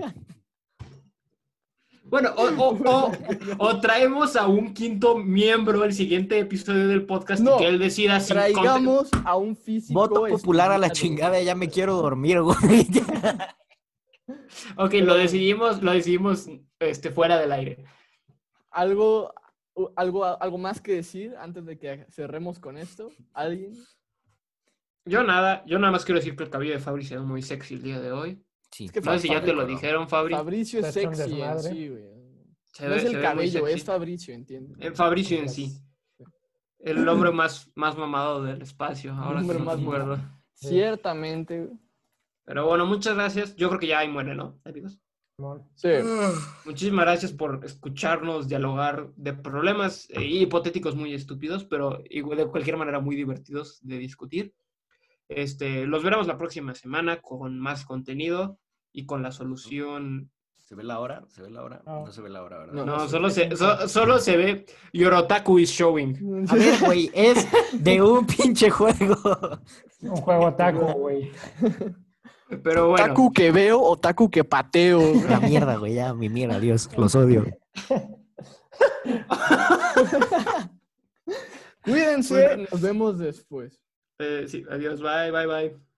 Bueno, o, o, o, o traemos a un quinto miembro el siguiente episodio del podcast No, y que él decida si... Traigamos a un físico. Voto popular a la especialista de- chingada, ya me quiero dormir, güey. Ok, lo decidimos, lo decidimos este, fuera del aire. ¿Algo, algo, algo más que decir antes de que cerremos con esto? ¿Alguien? Yo nada, yo nada más quiero decir que el cabello de Fabri se ve muy sexy el día de hoy. Sí. Es que No sé si ya te lo Fabri- dijeron, Fabri. Fabricio es Está hecho un sexy en desmadre. sí, güey. Se No ve- es se el ve muy cabello, sexy. es Fabricio, ¿entiendes? Eh, Fabricio en sí. El hombre más, más mamado del espacio. Ahora hombre sí me más acuerdo. Ciertamente, güey. Pero bueno, muchas gracias. Yo creo que ya ahí muere, ¿no, amigos? Simón. Sí. Muchísimas gracias por escucharnos dialogar de problemas eh, hipotéticos muy estúpidos, pero igual, de cualquier manera muy divertidos de discutir. Este, los veremos la próxima semana con más contenido y con la solución. ¿Se ve la hora? ¿Se ve la hora? No. No se ve la hora, ¿verdad? No. No, solo se, so- solo se ve Your Otaku is showing. A ver, güey, es de un pinche juego. Un juego taco, güey. Pero bueno, Otaku que veo, otaku que pateo. güey. La mierda, güey, ya, mi mierda, Dios, los odio. Cuídense, nos vemos después. eh, sí, adiós, bye, bye, bye.